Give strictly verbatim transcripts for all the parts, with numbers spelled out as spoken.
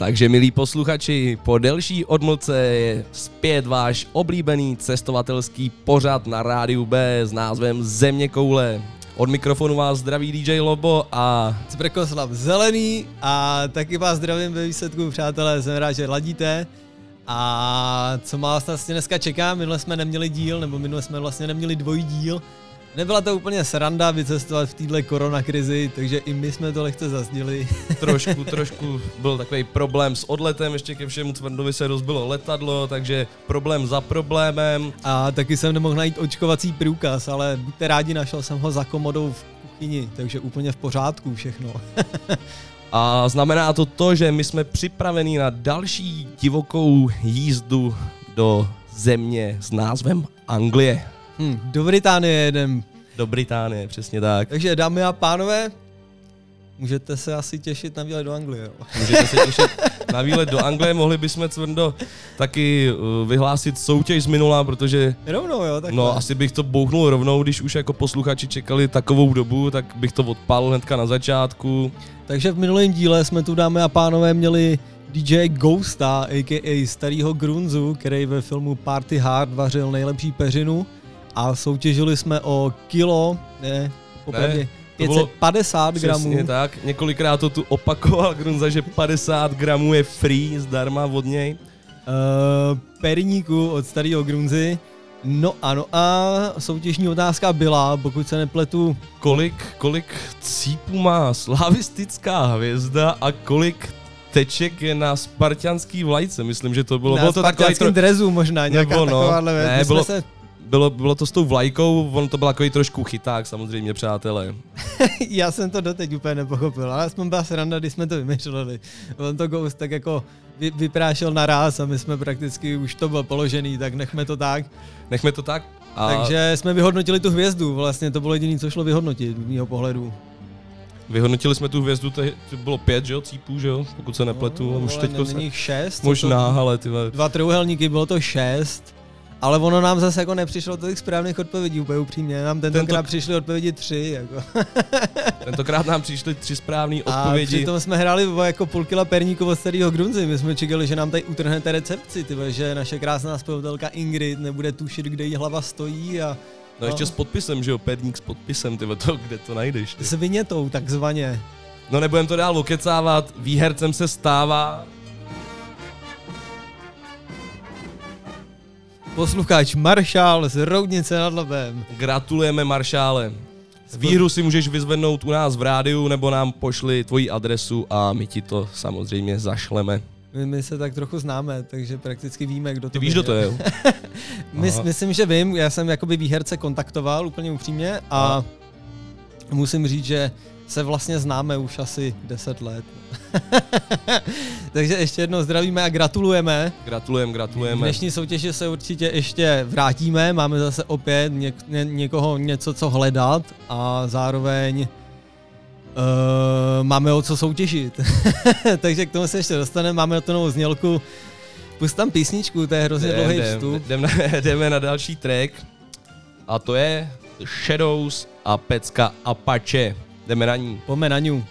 Takže milí posluchači, po delší odmlce je zpět váš oblíbený cestovatelský pořad na rádiu B s názvem Země koule. Od mikrofonu vás zdraví D J Lobo a Cvrkoslav Zelený a taky vás zdravím ve výsledku, přátelé, jsem rád, že ladíte. A co vás vlastně dneska čeká, minule jsme neměli díl, nebo minule jsme vlastně neměli dvojí díl. Nebyla to úplně sranda vycestovat v této koronakrizi, takže i my jsme to lehce zazdili. trošku, trošku byl takový problém s odletem, ještě ke všemu Tvrdovi se rozbilo letadlo, takže problém za problémem. A taky jsem nemohl najít očkovací průkaz, ale buďte rádi, našel jsem ho za komodou v kuchyni, takže úplně v pořádku všechno. A znamená to to, že my jsme připraveni na další divokou jízdu do země s názvem Anglie. Hm, do Británie jedem. Do Británie, přesně tak. Takže dámy a pánové, můžete se asi těšit na výlet do Anglie. Jo? Můžete se těšit na výlet do Anglie, mohli bychom, Cvrndo, taky uh, vyhlásit soutěž z minula, protože... Rovnou, jo? Takhle. No, asi bych to bouchnul rovnou, když už jako posluchači čekali takovou dobu, tak bych to odpálil hnedka na začátku. Takže v minulém díle jsme tu, dámy a pánové, měli D J Ghosta, a k a starýho Grunzu, který ve filmu Party Hard vařil nejlepší peřinu. A soutěžili jsme o kilo, ne, popravdě, pět set padesát gramů. Přesně tak, několikrát to tu opakoval Grunza, že padesát gramů je free, zdarma od něj. Uh, perníku od starého Grunzy. No ano, a soutěžní otázka byla, pokud se nepletu... Kolik, kolik cípů má slavistická hvězda a kolik teček je na spartianský vlajce, myslím, že to bylo. Na bylo to spartianským tro... drezu možná, nějaká nebo, no, takováhle věc. Ne, bylo, se... bylo, bylo to s tou vlajkou, on to byl takový trošku chyták, samozřejmě, přátelé. Já jsem to doteď úplně nepochopil, ale aspoň byla sranda, když jsme to vymýšleli. On to Ghost tak jako vy, vyprášel naráz a my jsme prakticky, už to byl položený, tak nechme to tak. Nechme to tak. A... Takže jsme vyhodnotili tu hvězdu, vlastně to bylo jediné, co šlo vyhodnotit z mýho pohledu. Vyhodnotili jsme tu hvězdu, to bylo pět, že jo, cípů, že jo, pokud se nepletu. No, už teďko se... šest. Možná, to... ale ty Dva trojúhelníky, bylo to šest. Ale ono nám zase jako nepřišlo tolik správných odpovědí, úplně upřímně. Nám tentokrát Tento... přišly odpovědi tři. Jako. Tentokrát nám přišly tři správné odpovědi. A přitom jsme hráli jako půl kila perníku od starého Grunzy. My jsme čekali, že nám tady utrhnete recepci, tyhle, že naše krásná zpěvatelka Ingrid nebude tušit, kde jí hlava stojí. A, no ještě no. s podpisem, že jo, perník s podpisem, tyhle, to, kde to najdeš. Ty. S vinětou, takzvaně. No nebudem to dál okecávat, výhercem se stává... Posluchač Maršál z Roudnice nad Labem. Gratulujeme, Maršále. Výhru si můžeš vyzvednout u nás v rádiu, nebo nám pošli tvoji adresu a my ti to samozřejmě zašleme. My, my se tak trochu známe, takže prakticky víme, kdo to Ty víš, kdo to je? My, myslím, že vím, já jsem jakoby výherce kontaktoval úplně upřímně a Aha. musím říct, že se vlastně známe už asi deset let. Takže ještě jednou zdravíme a gratulujeme. Gratulujeme, gratulujeme. V dnešní soutěži se určitě ještě vrátíme, máme zase opět něk- ně- někoho něco, co hledat a zároveň uh, máme o co soutěžit. Takže k tomu se ještě dostaneme, máme na to novou znělku. Pust tam písničku, to je hrozně jdem, dlouhý jdem, vstup. Jdem na, jdeme na další track a to je The Shadows a pecka Apache. Jdeme na ní. Pojďme na ní.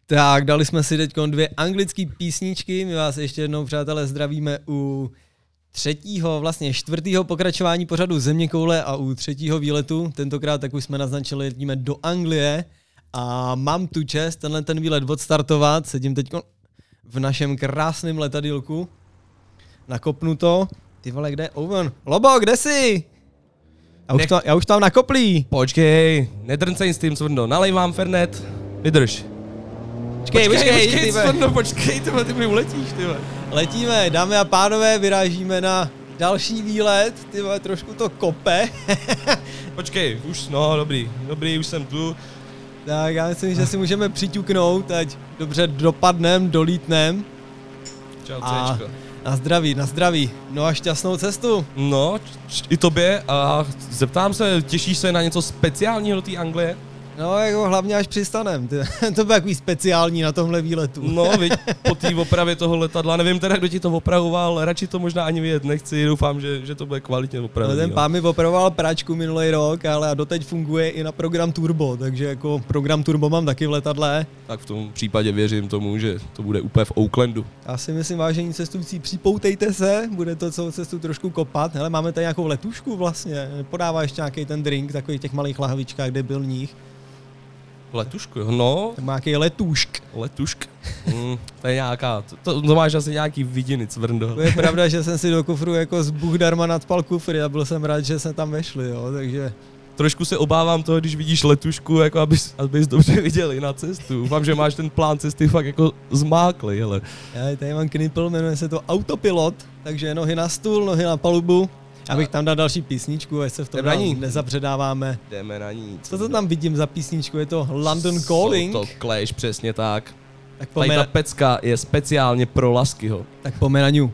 Tak, dali jsme si teď dvě anglické písničky, my vás ještě jednou, přátelé, zdravíme u třetího, vlastně čtvrtého pokračování pořadu Zeměkoule a u třetího výletu. Tentokrát, tak už jsme naznačili, letíme do Anglie a mám tu čest tenhle ten výlet odstartovat. Sedím teď v našem krásném letadýlku, nakopnuto. Ty vole, kde je Owen? Lobo, kde jsi? Já už, to, já už tam nakoplí. Počkej, nedrncej s tím, Svrndo, nalej vám Fernet, vydrž. Počkej, počkej, počkej, počkej, Svrndo, počkej, tyhle, ty mi uletíš, tyhle. Letíme, dámy a pánové, vyrážíme na další výlet, tyhle, trošku to kope. Počkej, už, no, dobrý, dobrý, už jsem tu. Tak já myslím, že si můžeme přiťuknout, ať dobře dopadnem, dolítnem. Čau, a Cčko. Na zdraví, na zdraví. No a šťastnou cestu. No, č- i tobě a zeptám se, těšíš se na něco speciálního do té Anglie? No, jako hlavně až přistanem. To bude takový speciální na tomhle výletu. No, viď, po té opravě toho letadla, nevím teda, kdo ti to opravoval, radši to možná ani vědět nechci, doufám, že, že to bude kvalitně opravený. No, ten pán mi opravoval pračku minulý rok, ale a doteď funguje i na program Turbo, takže jako program Turbo mám taky v letadle. Tak v tom případě věřím tomu, že to bude úplně v Oaklandu. Já si myslím, vážení cestující, připoutejte se, bude to celou cestu trošku kopat. Hele, máme tady nějakou letušku vlastně, podává ještě nějaký ten drink, takový těch malých lahvičkách, kde byl nich. Letušku, no. Tak má nějaký letušk. Letušk. Mm, to je nějaká, to, to máš asi nějaký vidiny, Cvrndo. To je pravda, že jsem si do kufru jako z Bůh darma nadspal kufry a byl jsem rád, že jsme tam vešli, jo, takže... Trošku se obávám toho, když vidíš letušku, jako abys, abys dobře viděl i na cestu. Doufám, že máš ten plán cesty fakt jako zmáklý, hele. Já tady mám knipl, jmenuje se to Autopilot, takže nohy na stůl, nohy na palubu. Abych tam dal další písničku, ať se v tom nezapředáváme. Jdeme na ní. Co to tam vidím za písničku? Je to London Calling? Jsou to Clash, přesně tak. Tak Tady pomena... ta pecka je speciálně pro Laskyho. Tak pomenaňu.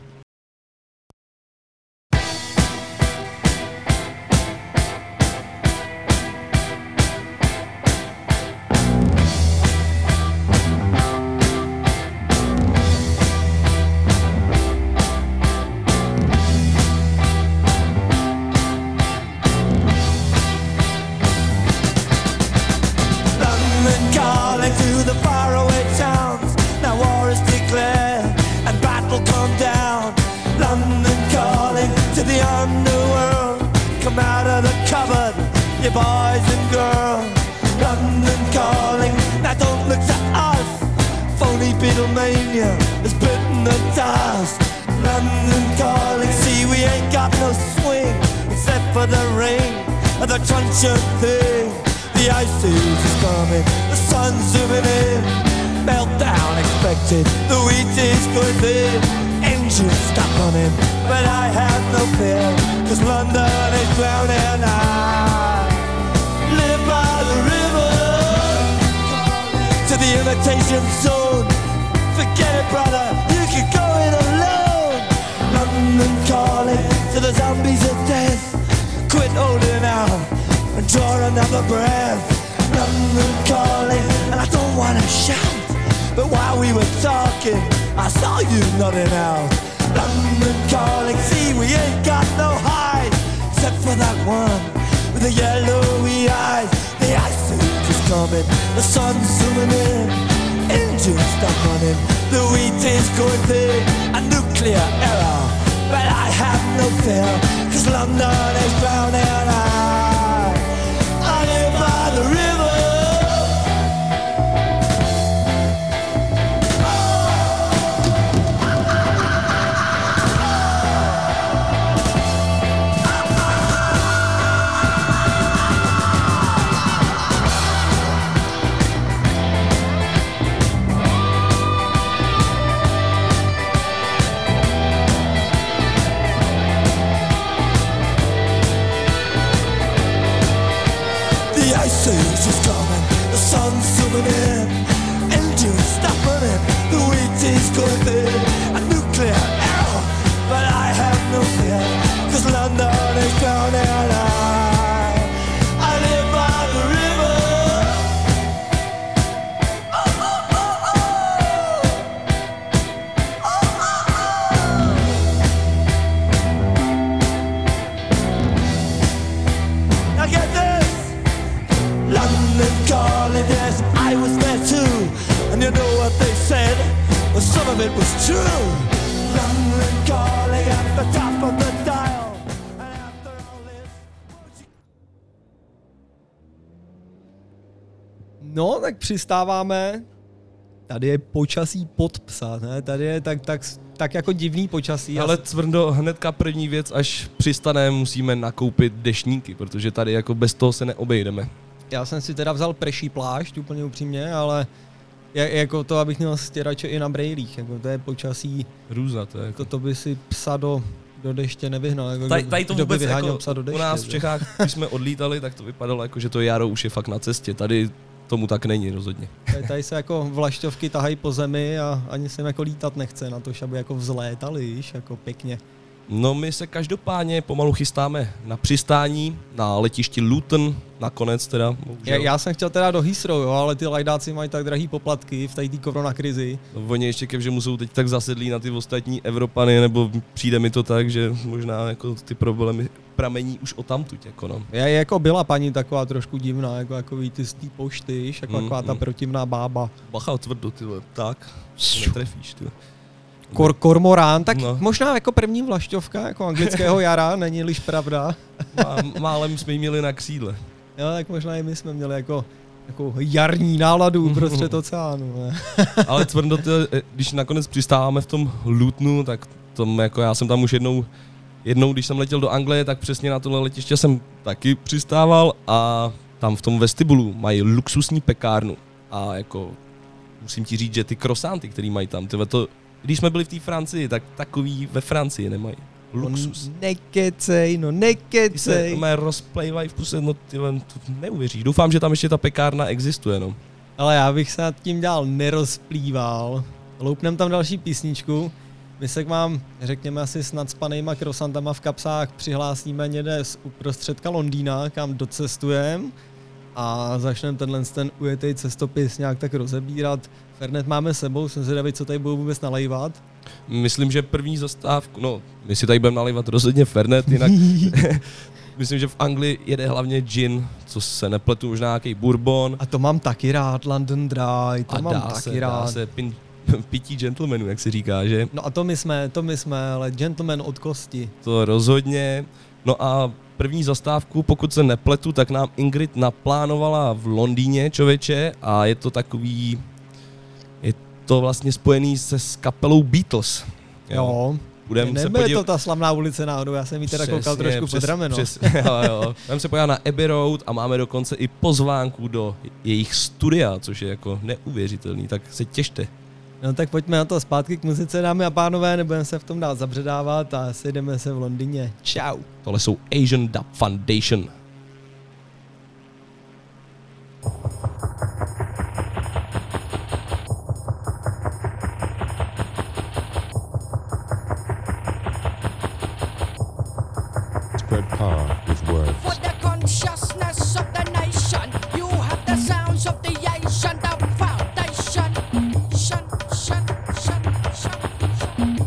Thing. The ice age is coming, the sun's zooming in. Meltdown expected, the wheat is going thin. Engines stop running, but I have no fear, cause London is drowning. I live by the river, to the imitation zone. Forget it, brother, you can go it alone. London calling to the zombies of death. Quit holding out and draw another breath. London calling, and I don't wanna shout, but while we were talking, I saw you nodding out. London calling, see we ain't got no hide, except for that one with the yellowy eyes. The ice age is coming, the sun's zooming in, engines stop running, the wheat is going thin, a nuclear error, but I have no fear, cause London is drowning. I I live by the river. you know what they said? Well, some of it was true. London calling at the top of the dial. And after all this, won't you... No, tak přistáváme. Tady je počasí pod psa, ne? Tady je tak, tak, tak jako divný počasí. Ale Cvrndo, hnedka první věc, až přistaneme, musíme nakoupit deštníky, protože tady jako bez toho se neobejdeme. Já jsem si teda vzal prší plášť, úplně upřímně, ale je, jako to, abych měl stěrače i na brejlích, jako to je počasí. Hrůza, to je jako... To, to by si psa do, do deště nevyhnal. Jako tady, tady to kdo vůbec by jako, psa do deště, u nás v že? Čechách, když jsme odlítali, tak to vypadalo jako, že to jaro už je fakt na cestě. Tady tomu tak není rozhodně. Tady, tady se jako vlašťovky tahají po zemi a ani se jim jako lítat nechce na to, aby jako vzlétali, víš, jako pěkně. No my se každopádně pomalu chystáme na přistání, na letišti Luton, nakonec teda. Já, já jsem chtěl teda do Heathrow, jo, ale ty lajdáci mají tak drahý poplatky v té koronakrizi. No, oni ještě ke všemu jsou teď tak zasedlí na ty ostatní Evropany, nebo přijde mi to tak, že možná jako ty problémy pramení už odtamtud, jako no. Já jako byla paní taková trošku divná, jako, jako ty z té pošty, víš, jako mm, taková ta mm. protivná bába. Bacha, tvrdo, tyhle, tak, netrefíš, tyhle. Kor, kormorán, tak no. Možná jako první vlašťovka, jako anglického jara, není-liž pravda. Má, málem jsme jí měli na křídle. Jo, tak možná i my jsme měli jako, jako jarní náladu uprostřed oceánu. Ne? Ale Cvrndo, když nakonec přistáváme v tom Lutonu, tak tom, jako já jsem tam už jednou, jednou, když jsem letěl do Anglie, tak přesně na tohle letiště jsem taky přistával a tam v tom vestibulu mají luxusní pekárnu. A jako musím ti říct, že ty krosanty, který mají tam, tyhle to, když jsme byli v té Francii, tak takový ve Francii nemají. Luxus. No nekecej, no nekecej. Ty se mé rozplejvají v puse, no tyhle, to neuvěříš. Doufám, že tam ještě ta pekárna existuje, no. Ale já bych se nad tím dál nerozplýval. Loupnem tam další písničku. My se k vám, řekněme asi s nadspanýma krosantama v kapsách přihlásíme někde z uprostředka Londýna, kam docestujeme a začneme tenhle ten ujetej cestopis nějak tak rozebírat. Fernet máme s sebou, jsem zvědavý, co tady budou vůbec nalejvat. Myslím, že první zastávku, no, my si tady budeme nalejvat rozhodně Fernet, jinak myslím, že v Anglii jede hlavně gin, co se nepletu, možná nějaký bourbon. A to mám taky rád, London Dry, to a mám dá taky se, rád. dá se pin, pití gentlemanů, jak se říká, že? No a to my jsme, to my jsme, ale gentleman od kosti. To rozhodně. No a první zastávku, pokud se nepletu, tak nám Ingrid naplánovala v Londýně, člověče, a je to takový, je to vlastně spojený se s kapelou Beatles. Jo. Budem Nebyl se podívat... to ta slavná ulice náhodou, já jsem jí teda koukal trošku přes, pod rameno. Přes, jo, jo. Budeme se podívat na Abbey Road a máme dokonce i pozvánku do jejich studia, což je jako neuvěřitelný, tak se těšte. No tak pojďme na to zpátky k muzice, dámy a pánové, nebudeme se v tom dál zabředávat a sejdeme se v Londýně. Čau. Tohle jsou Asian Dub Foundation. Spread power with words. For the consciousness of the nation, you have the sounds of the Asian Dub Foundation. Shun, shun, shun, shun, shun.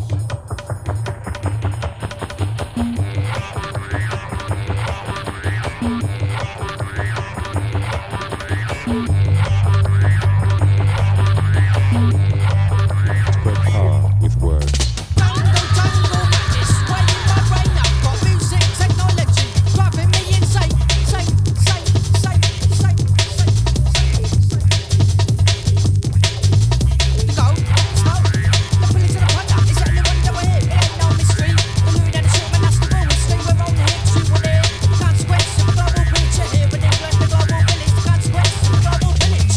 Spread power with words. Jungle, jungle, this way in my brain, I've got music technology driving me insane. Say, say, say, say, say, say, The gold, smoke, the police and the plunder, is there anyone that we're here? It ain't no mystery. The lewd and the short, that's the rule. Stay we're on the hits, you will hear. Consequence of the global picture here in England, the global village. The consequence of the global village.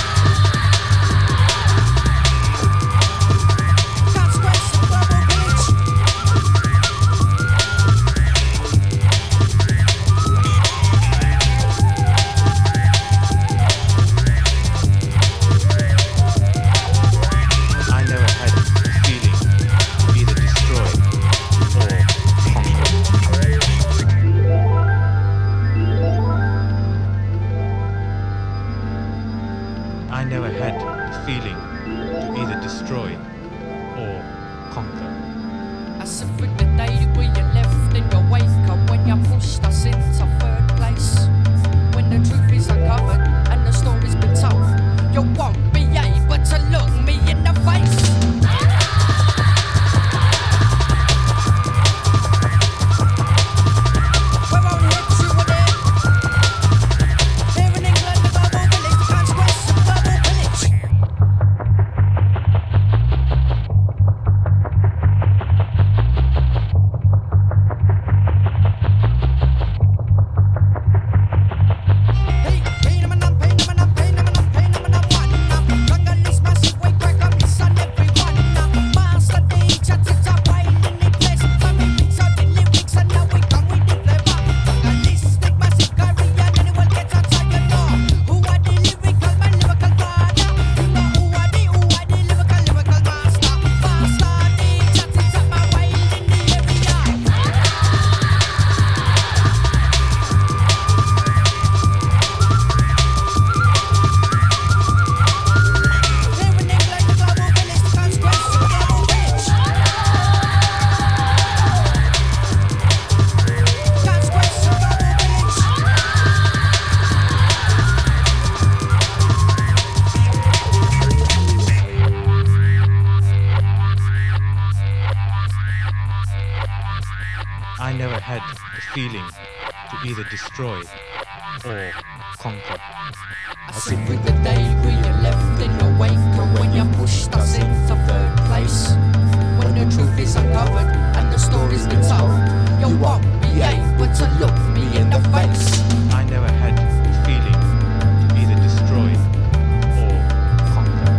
Consequence of the global village. I never had the feeling to either destroy or conquer. I never had the feeling to either destroy or conquer. I suffered the day where you left in your wake and when you pushed us into third place. When the truth is uncovered and the story's been told, you won't be able to look feeling to either destroy or conquer. I sit with the day we are left in the wake, and when you pushed us into third place, when the truth is uncovered and the story's been told, you won't be able to look me in the face. I never had the feeling to either destroy or conquer.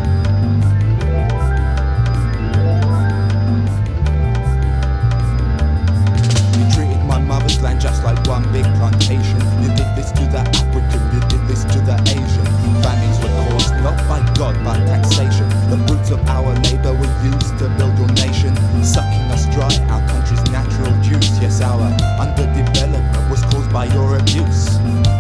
You treated my mother's land just like one big plantation. You did this to the African, you did this to the Asian. Famines were caused not by God but taxation. The fruits of our labour were used to build your nation, sucking us dry, our country's natural juice. Yes, our underdevelopment was caused by your abuse.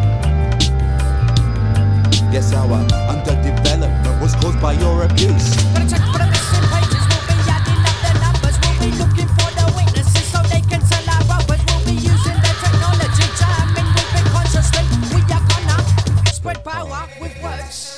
Yes, our underdevelopment was caused by your abuse. Gotta check for the missing pages, we'll be adding up the numbers, we'll be looking for the witnesses so they can tell our brothers. We'll be using their technology, jamming with it consciously. We are gonna spread power with words.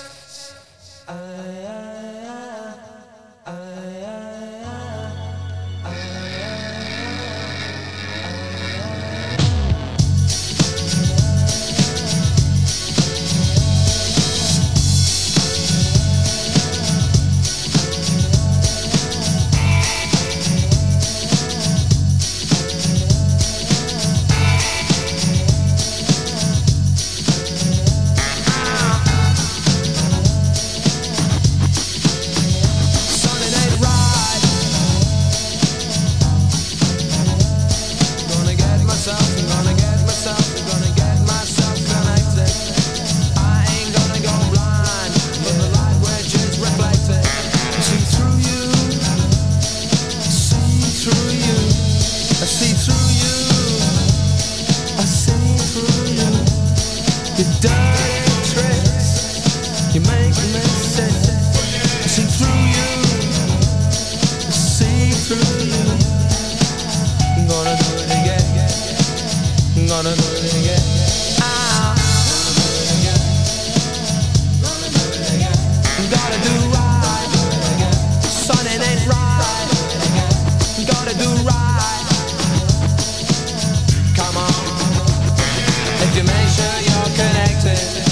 If you make sure you're connected.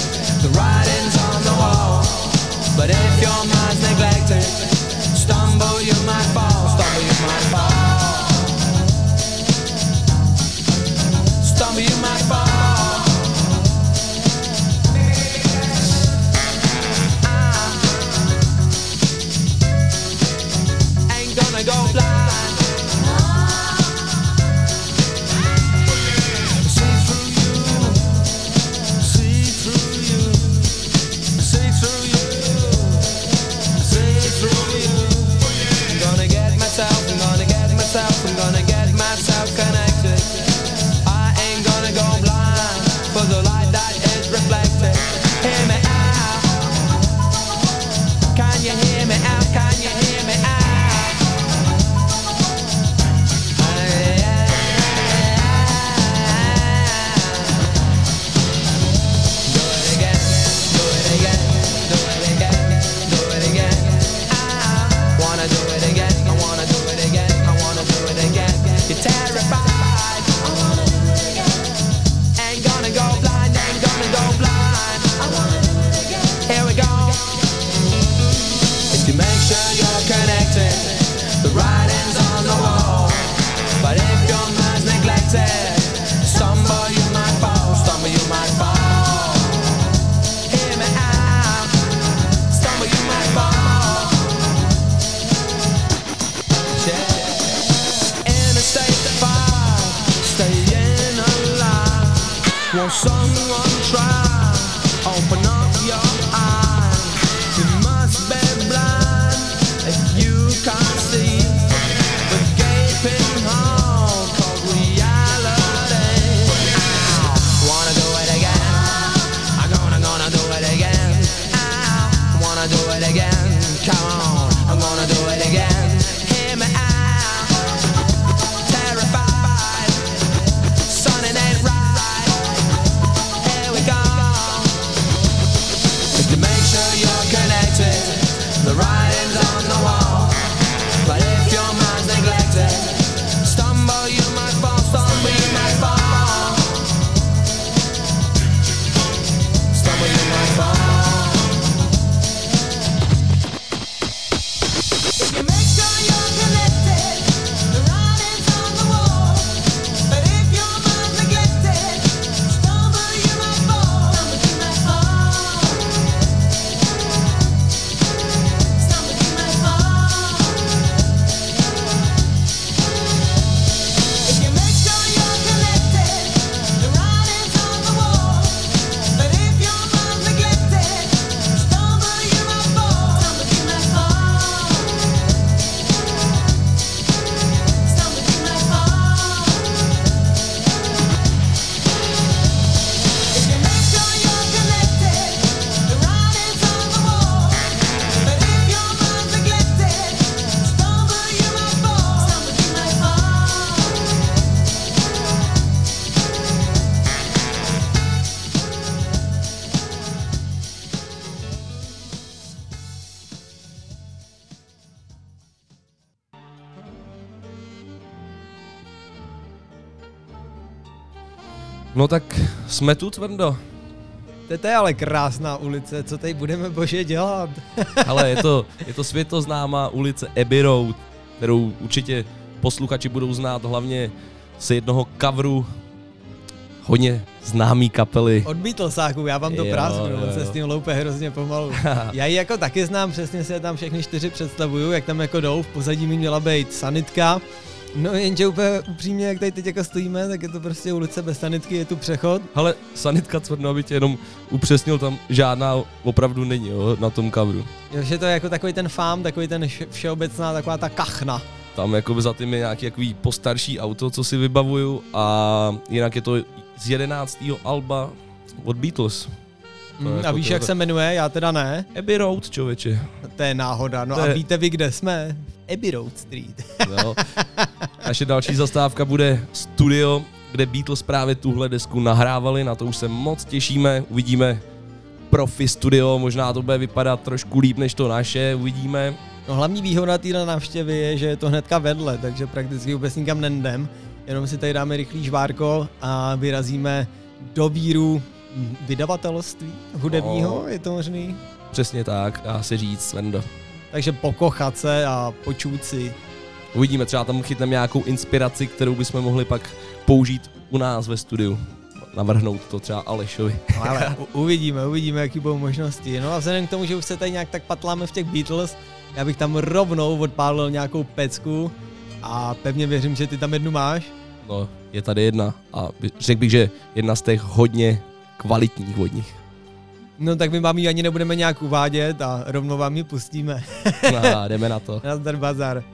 No tak jsme tu, Cvrndo. To je ale krásná ulice, co tady budeme bože dělat? Ale je to, je to světoznámá ulice Abbey Road, kterou určitě posluchači budou znát hlavně z jednoho coveru hodně známý kapely. Od Beatlesáků, já vám to Jo, prásknu, jo, on se jo. s tím loupe hrozně pomalu. Já ji jako taky znám, přesně si je tam všechny čtyři představuju, jak tam jako jdou, v pozadí mi měla být sanitka. No jenže úplně upřímně, jak tady teď jako stojíme, tak je to prostě ulice bez sanitky, je tu přechod. Ale sanitka, Cvrndo, aby tě jenom upřesnil, tam žádná opravdu není, jo, na tom coveru. Jo, že to je jako takový ten fám, takový ten vše- všeobecná, taková ta kachna. Tam jako za tím je nějaký takový postarší auto, co si vybavuju, a jinak je to z jedenáctého alba od Beatles. To Mm, jako a víš, to- jak se jmenuje? Já teda ne. Abbey Road, člověče. To je náhoda. No To a je- víte vy, kde jsme? Abbey Road Street. No. Naše další zastávka bude studio, kde Beatles právě tuhle desku nahrávali, na to už se moc těšíme, uvidíme profi studio, možná to bude vypadat trošku líp než to naše, uvidíme. No hlavní výhoda téhle návštěvy je, že je to hnedka vedle, takže prakticky vůbec nikam nendem. Jenom si tady dáme rychlý žvárko a vyrazíme do víru vydavatelství hudebního, No. je to možný? Přesně tak, dá se říct, Svendo. Takže pokochat se a počít si. Uvidíme, třeba tam chytneme nějakou inspiraci, kterou bychom mohli pak použít u nás ve studiu. Navrhnout to třeba Alešovi. No, ale u- uvidíme, uvidíme, jaký budou možnosti. No a vzhledem k tomu, že už se tady nějak tak patláme v těch Beatles, já bych tam rovnou odpálil nějakou pecku a pevně věřím, že ty tam jednu máš. No, je tady jedna a řekl bych, že jedna z těch hodně kvalitních vodních. No tak my vám ji ani nebudeme nějak uvádět a rovnou vám ji pustíme. No, jdeme na to. Nazdar bazar.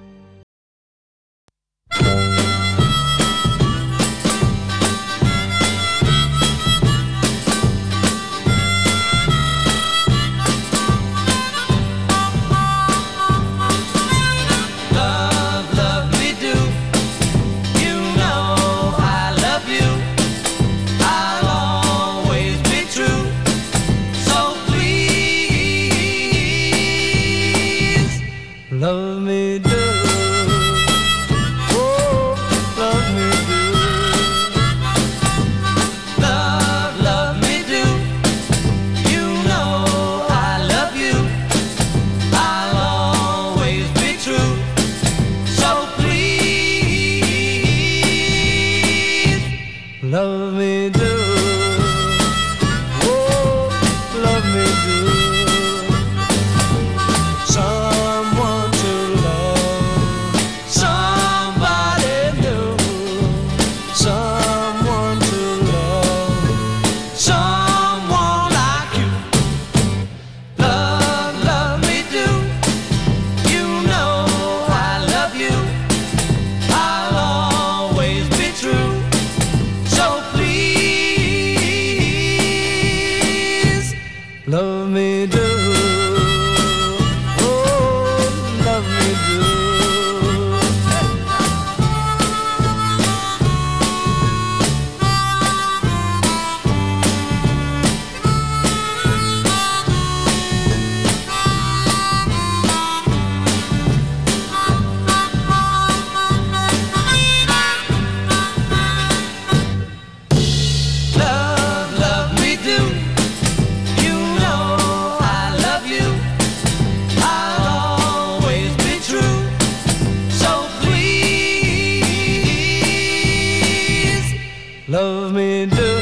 Love, love me do. You know I love you. I'll always be true. So please, love me do. Oh, love me do. Love, love me do. You know I love you. I'll always be true. So please, love me do. Oh, love me do. Someone to love, somebody new. Someone to love, someone like you. Love, love me do. You know I love you. I'll always be true. So please, love me do. Oh, love me do. Love, love me do. You know I love you. I'll always be true. So please, love me do.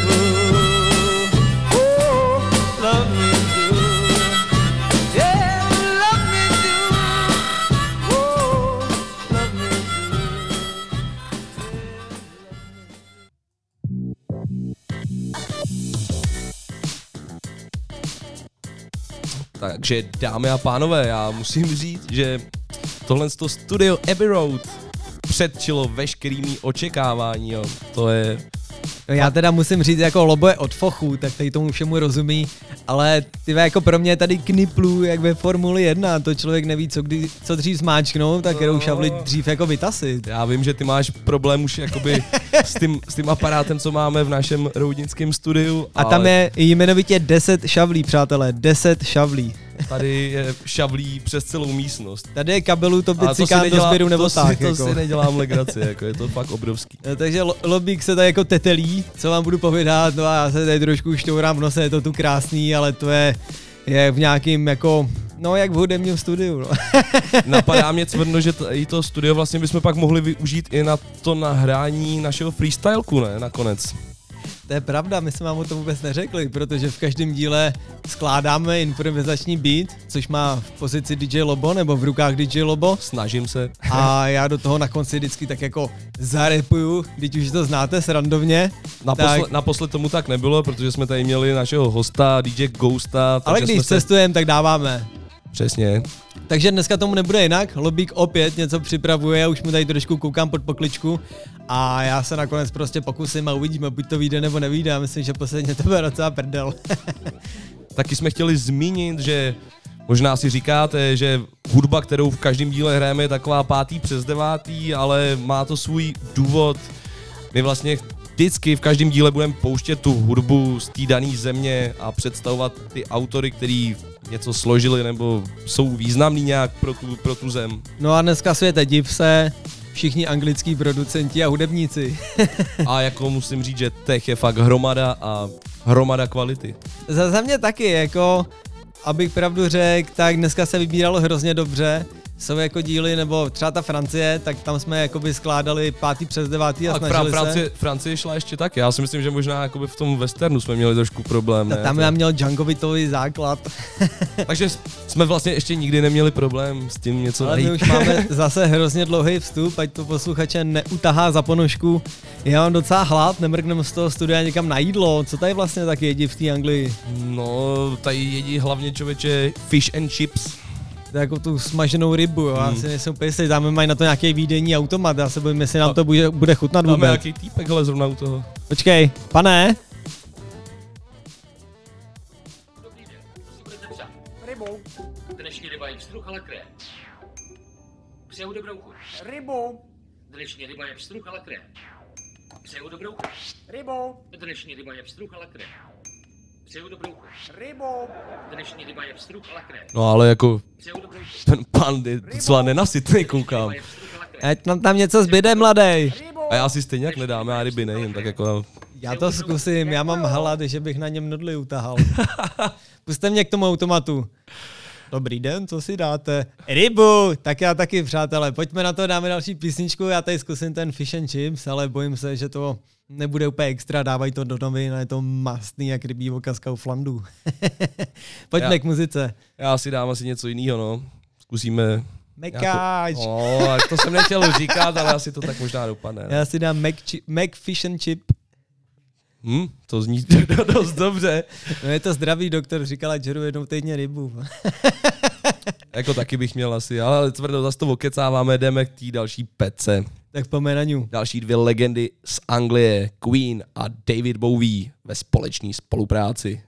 Oh, love me do. Yeah, love me do. Oh, love me do. Takže dámy a pánové, já musím říct, že tohle to studio Abbey Road předčilo veškerý mý očekávání, jo. To je... No já teda musím říct, jako Lobo je od fochu, tak tady tomu všemu rozumí, ale ty jako pro mě je tady kniplu jak ve Formuli jedna, to člověk neví, co, kdy, co dřív zmáčknout, tak kterou šavli dřív jako vytasit. Já vím, že ty máš problém už jakoby s, tím, s tím aparátem, co máme v našem roudnickém studiu. A tam je jmenovitě deset šavlí, přátelé, deset šavlí. Tady je šavlí přes celou místnost. Tady je kabelů, to by A to si cikán do nedělá- sběru nebo to si- tak. To jako. si nedělám legraci, jako je to fakt obrovský. No, takže lo- Lobík se tady jako tetelí, co vám budu povědat, no a já se tady trošku šťourám v nose, je to tu krásný, ale to je, je v nějakým jako, no jak v hudebním studiu, no. Napadá mě cvrno, že t- i to studio vlastně bychom pak mohli využít i na to nahrání našeho freestyleku, ne, nakonec. To je pravda, my jsme vám o tom vůbec neřekli, protože v každém díle skládáme improvizační beat, což má v pozici D J Lobo, nebo v rukách D J Lobo. Snažím se. A já do toho na konci vždycky tak jako zarepuju, když už to znáte srandovně. Naposled, tak, naposled tomu tak nebylo, protože jsme tady měli našeho hosta, D J Ghosta. ale takže když jsme se... cestujeme, tak dáváme. Přesně. Takže dneska tomu nebude jinak, Lobík opět něco připravuje, já už mu tady trošku koukám pod pokličku a já se nakonec prostě pokusím a uvidíme, buď to vyjde nebo nevyjde, já myslím, že posledně to bude docela prdel. Taky jsme chtěli zmínit, že možná si říkáte, že hudba, kterou v každém díle hrajeme, je taková pátý přes devátý, ale má to svůj důvod. My vlastně vždycky v každém díle budeme pouštět tu hudbu z té dané země a představovat ty autory, který něco složili nebo jsou významný nějak pro tu, pro tu zem. No a dneska světe, div se, všichni anglický producenti a hudebníci. A jako musím říct, že těch je fakt hromada a hromada kvality. Za, za mě taky, jako, abych pravdu řekl, tak dneska se vybíralo hrozně dobře. Jsou jako díly, nebo třeba ta Francie, tak tam jsme jakoby skládali pátý přes devátý a A snažili Francie, se. Francie šla ještě tak. Já si myslím, že možná jakoby v tom westernu jsme měli trošku problém. A Ne? tam To- já měl Djangovitový základ. Takže jsme vlastně ještě nikdy neměli problém s tím něco Ale my najít. už máme zase hrozně dlouhý vstup, ať to posluchače neutahá za ponožku. Já mám docela hlad, nemrkneme z toho studia někam na jídlo. Co tady vlastně tak jedí v té Anglii? No, tady jedí hlavně člověče fish and chips. To je jako tu smaženou rybu, jo. Já Hmm. si nejsem úplně jistý, tam mají na to nějaký výdejní automat, já se bojím, jestli nám to bude, bude chutnat Máme vůbec. nějaký týpek, hele, zrovna u toho. Počkej, pane? Rybou. Dnešní ryba je pstruh, ale krém. Přeju dobrou chuť. Rybou. Dnešní ryba je pstruh, ale krém. Přeju dobrou chuť. Rybou. Dnešní ryba je pstruh, ale krém. Přeju dobrou chuť. Rybou. Dnešní ryba je pstruh, ale krém. No ale jako Přeju dobrou chuť. ten pan je docela nenasytný, koukám. Ryba je pstruh, ale krém. Ať nám tam něco zbyde, mladej. A já si stejně jak nedám, já ryby nejím, tak jako... Já to zkusím, já mám hlad, že bych na něm nudli utahal. Puste mě k tomu automatu. Dobrý den, co si dáte? Rybu! Tak já taky, přátelé, pojďme na to, dáme další písničku, já tady zkusím ten fish and chips, ale bojím se, že to nebude úplně extra, dávají to do novin a je to mastný jak rybí oka z Kauflandu. Pojďme Já- k muzice. Já si dám asi něco jiného, no. Zkusíme... Mekáč! O, to jsem nechtěl říkat, ale asi to tak možná dopadne. Já si dám Mac, chi- Mac fish and chip. Hm, to zní dost dobře. No je to zdravý doktor, říkal, ať žeru jednou týdně rybu. Jako taky bych měl asi, ale tvrdo zase to okecáváme, jdeme k té další pece. Tak pojďme na ňu. Další dvě legendy z Anglie, Queen a David Bowie ve společné spolupráci.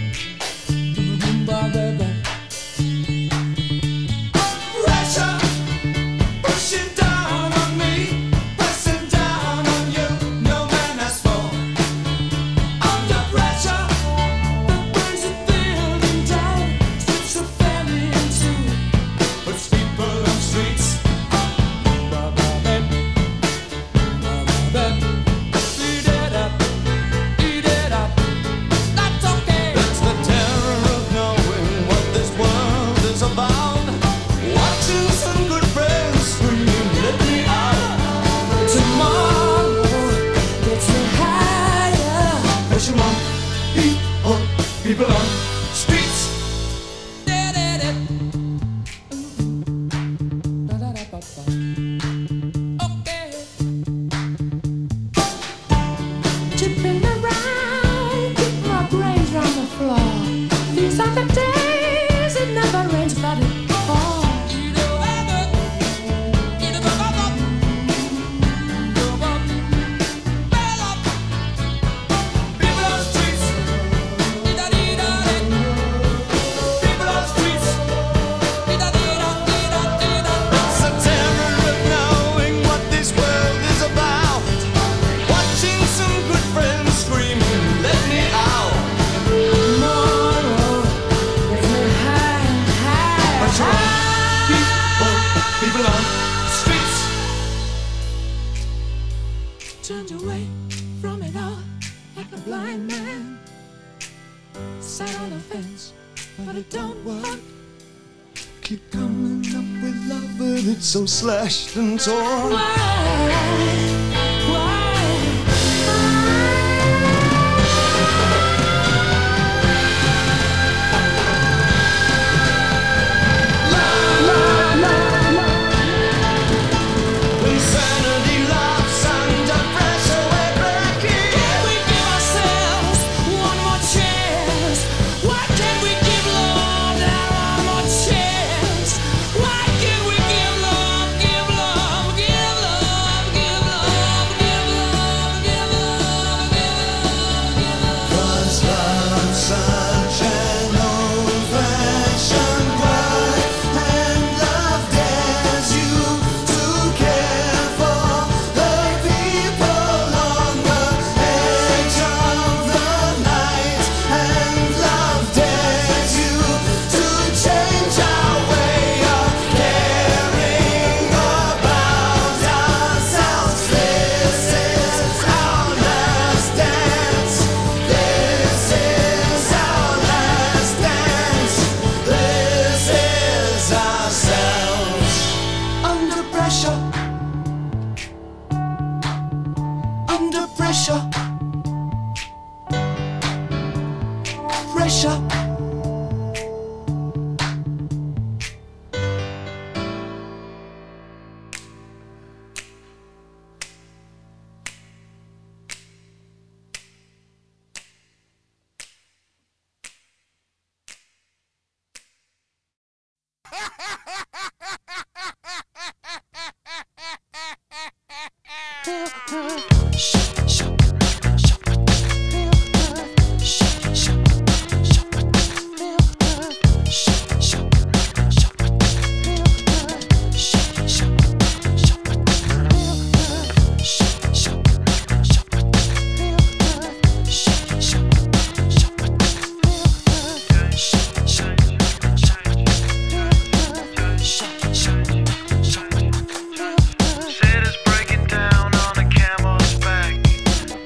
Pressure feel it so slashed and torn. Insanity laughs under pressure, we're breaking. Can we give ourselves one more chance? Why can't we give love that one more chance? Why can't we give love, give love, give love, give love, give love, give love, give love? 'Cause love's such an old-fashioned word, and love dares you to care for the people on the edge of the night, and love dares you to change our way of caring about ourselves. This is our last dance. This is our last dance. This is ourselves. Under pressure. Under pressure. Pressure. Sailors breaking down on a camel's back.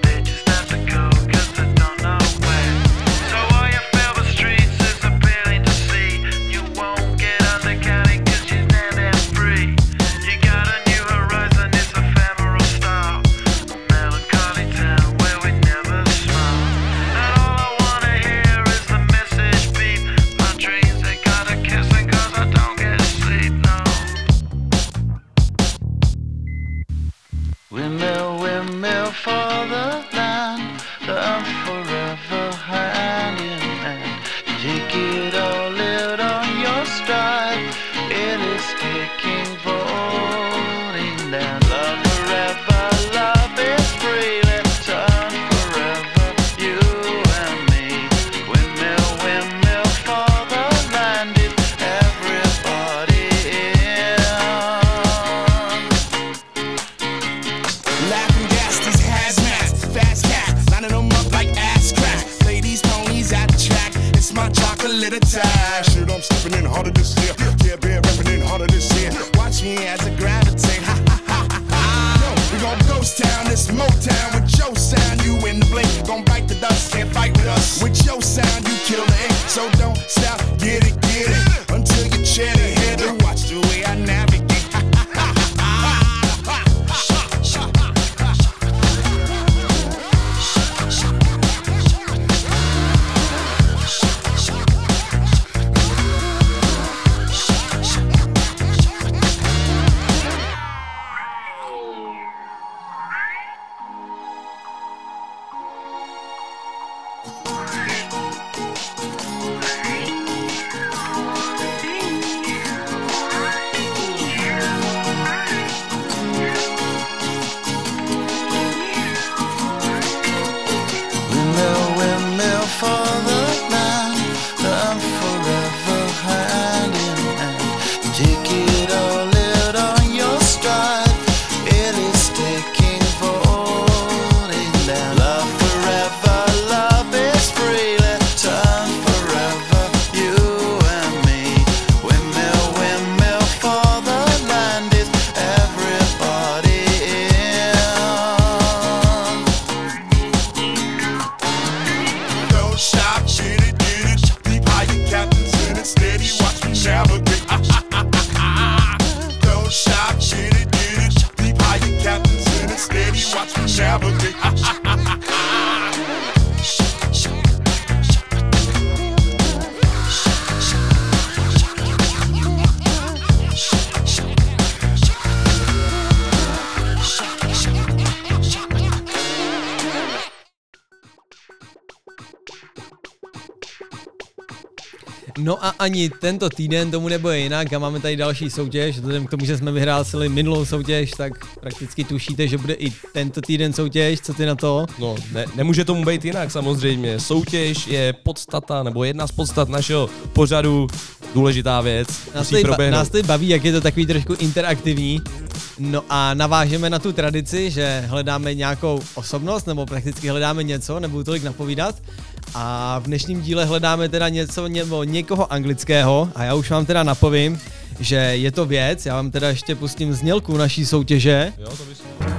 No a ani tento týden tomu nebude jinak a máme tady další soutěž. Vzhledem k tomu, že jsme vyhrálili minulou soutěž, tak prakticky tušíte, že bude i tento týden soutěž. Co ty na to? No, ne, nemůže tomu být jinak samozřejmě. Soutěž je podstata, nebo jedna z podstat našeho pořadu, důležitá věc. Nás Musí tady, ba- nás proběhnout. tady baví, jak je to takový trošku interaktivní. No a navážeme na tu tradici, že hledáme nějakou osobnost, nebo prakticky hledáme něco, nebudu tolik napovídat. A v dnešním díle hledáme teda něco nebo někoho anglického a já už vám teda napovím, že je to věc, já vám teda ještě pustím znělku naší soutěže. Jo, to bys...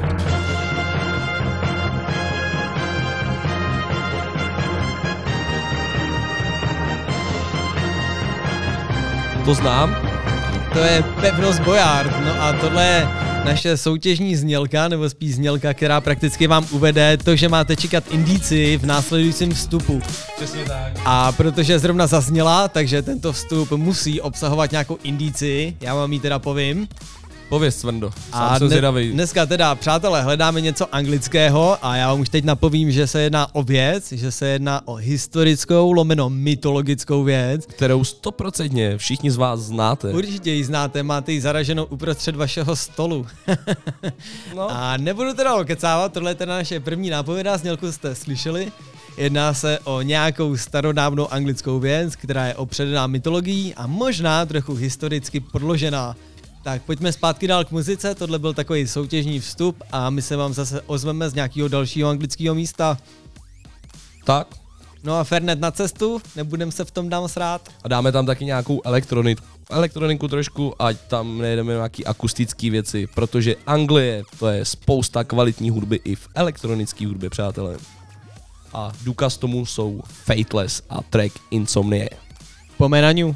To znám. To je Pevnost Boyard, no a tohle je naše soutěžní znělka, nebo spíš znělka, která prakticky vám uvede to, že máte čekat indici v následujícím vstupu. Přesně tak. A protože zrovna zazněla, takže tento vstup musí obsahovat nějakou indici, já vám ji teda povím. Pověz, Cvrndo, sám A jsem dne, zvědavý. dneska teda, přátelé, hledáme něco anglického a já vám už teď napovím, že se jedná o věc, že se jedná o historickou, lomeno mytologickou věc. Kterou stoprocentně všichni z vás znáte. Určitě ji znáte, máte ji zaraženou uprostřed vašeho stolu. No. A nebudu teda okecávat, tohle je teda naše první nápověda, znělku jste slyšeli. Jedná se o nějakou starodávnou anglickou věc, která je opředená mytologií a možná trochu historicky podložená. Tak pojďme zpátky dál k muzice, tohle byl takový soutěžní vstup a my se vám zase ozveme z nějakého dalšího anglického místa. Tak. No a Fernet na cestu, nebudem se v tom dám srát. A dáme tam taky nějakou elektroniku, elektroniku trošku, ať tam nejdeme nějaký akustický věci, protože Anglie, to je spousta kvalitní hudby i v elektronické hudbě, přátelé. A důkaz tomu jsou Fateless a track Insomnie. Pomenaňu.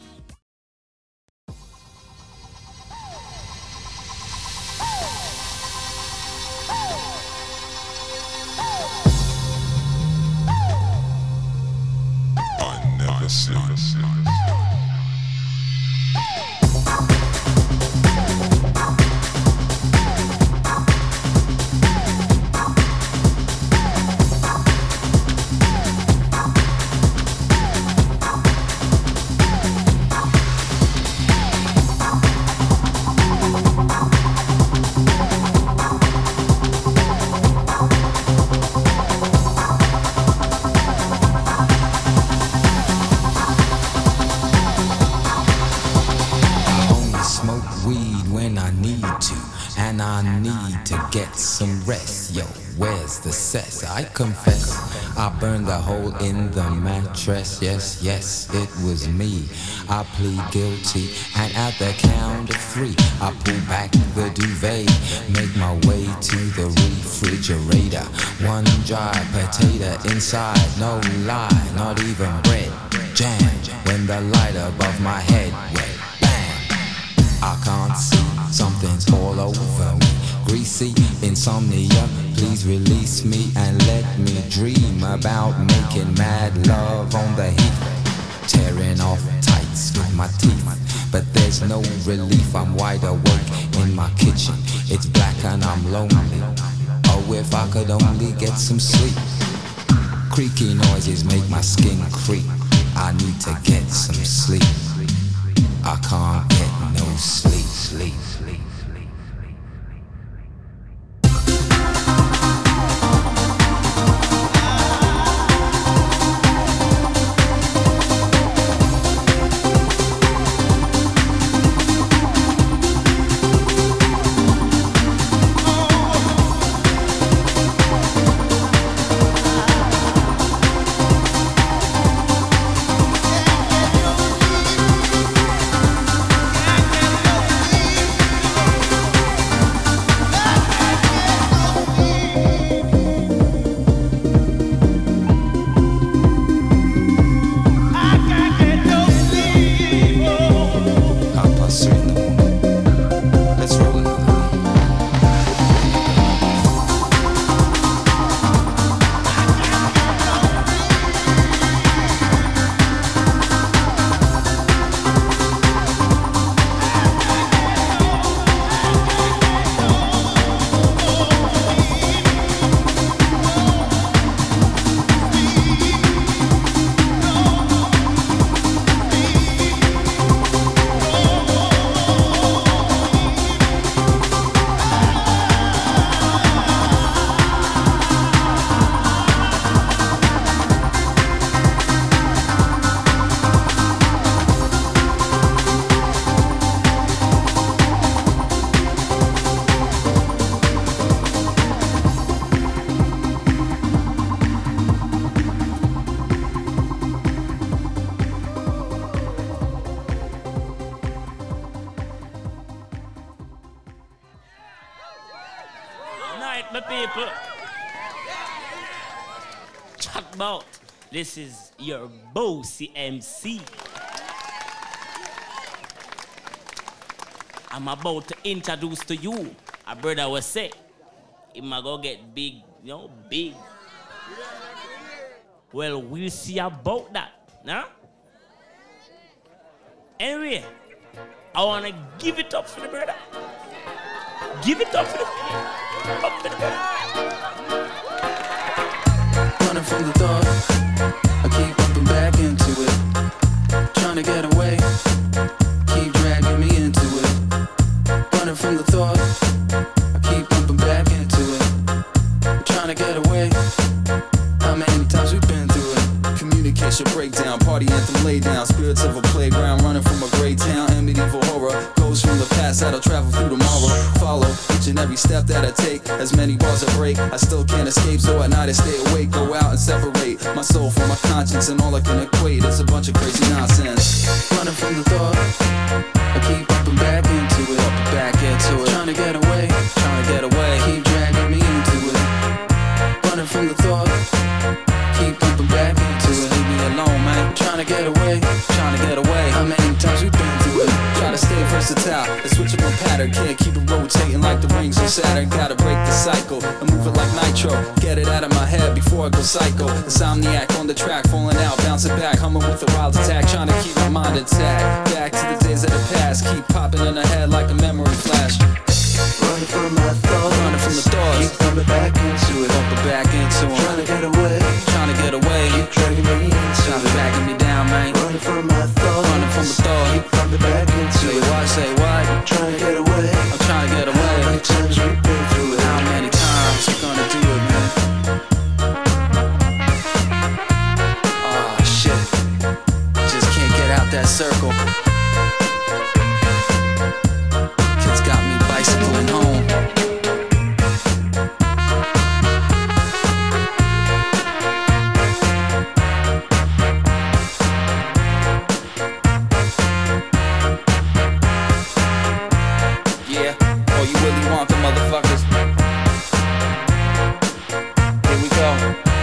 Some rest, yo, where's the cess? I confess, I burned a hole in the mattress. Yes, yes, it was me. I plead guilty, and at the count of three, I pull back the duvet, make my way to the refrigerator. One dry potato inside, no lie, not even bread. Jam, when the light above my head went bang. I can't see, something's all over me. Greasy insomnia, please release me and let me dream about making mad love on the heath, tearing off tights with my teeth, but there's no relief. I'm wide awake in my kitchen, it's black and I'm lonely. Oh, if I could only get some sleep. Creaky noises make my skin creep. I need to get some sleep. I can't get no sleep, sleep, sleep. Alright, my people. Chat about. This is your bossy M C. I'm about to introduce to you a brother was say, he might go get big, you know, big. Well, we'll see about that, nah? Anyway, I want to give it up for the brother. Give it up for the, up for the brother. Running from the thought, I keep bumping back into it. Trying to get away, keep dragging me into it. Running from the thought, I keep bumping back into it. Trying to get away, how many times we've been through it. Communication breakdown, party anthem lay down. Spirits of a playground, running from a gray town. And medieval horror, goes from the past that'll travel through tomorrow. Follow each and every step that I take. As many bars I break, I still can't escape. So at night I stay awake, go out and separate my soul from my conscience. And all I can equate is a bunch of crazy nonsense. Running from the thought, I keep bumping back into it. Bumping back into it. Trying to get away, Trying to get away, keep dragging me into it. Running from the thought, keep bumping back into it. leave me alone, man. Trying to get away, Trying to get away. how many times we've been through it. Try to stay versatile, and switch up my pattern. Can't keep it rotating like the rings of Saturn. Gotta break the cycle and move it like nitro. Get it out of my head before I go psycho. Insomniac on the track, falling out, bouncing back, humming with a wild attack, trying to keep my mind intact. Back to the days of the past, keep popping in the head like a memory flash. Running from my thoughts, Running from the thoughts, keep bumping back into it. bumping back into Trying them. to get away, Trying to get away, keep dragging me into trying to it. dragging me down, man. Running from my thoughts, Running from the thought, keep bumping back into say it. what, say what. Trying to get away, I'm trying to get how many away. times we've been through it. How many times we gonna do it, man? Ah, shit. Just can't get out that circle. Kids got me bicycling home. Yeah, oh, you Willy Wonka motherfuckers. Here we go.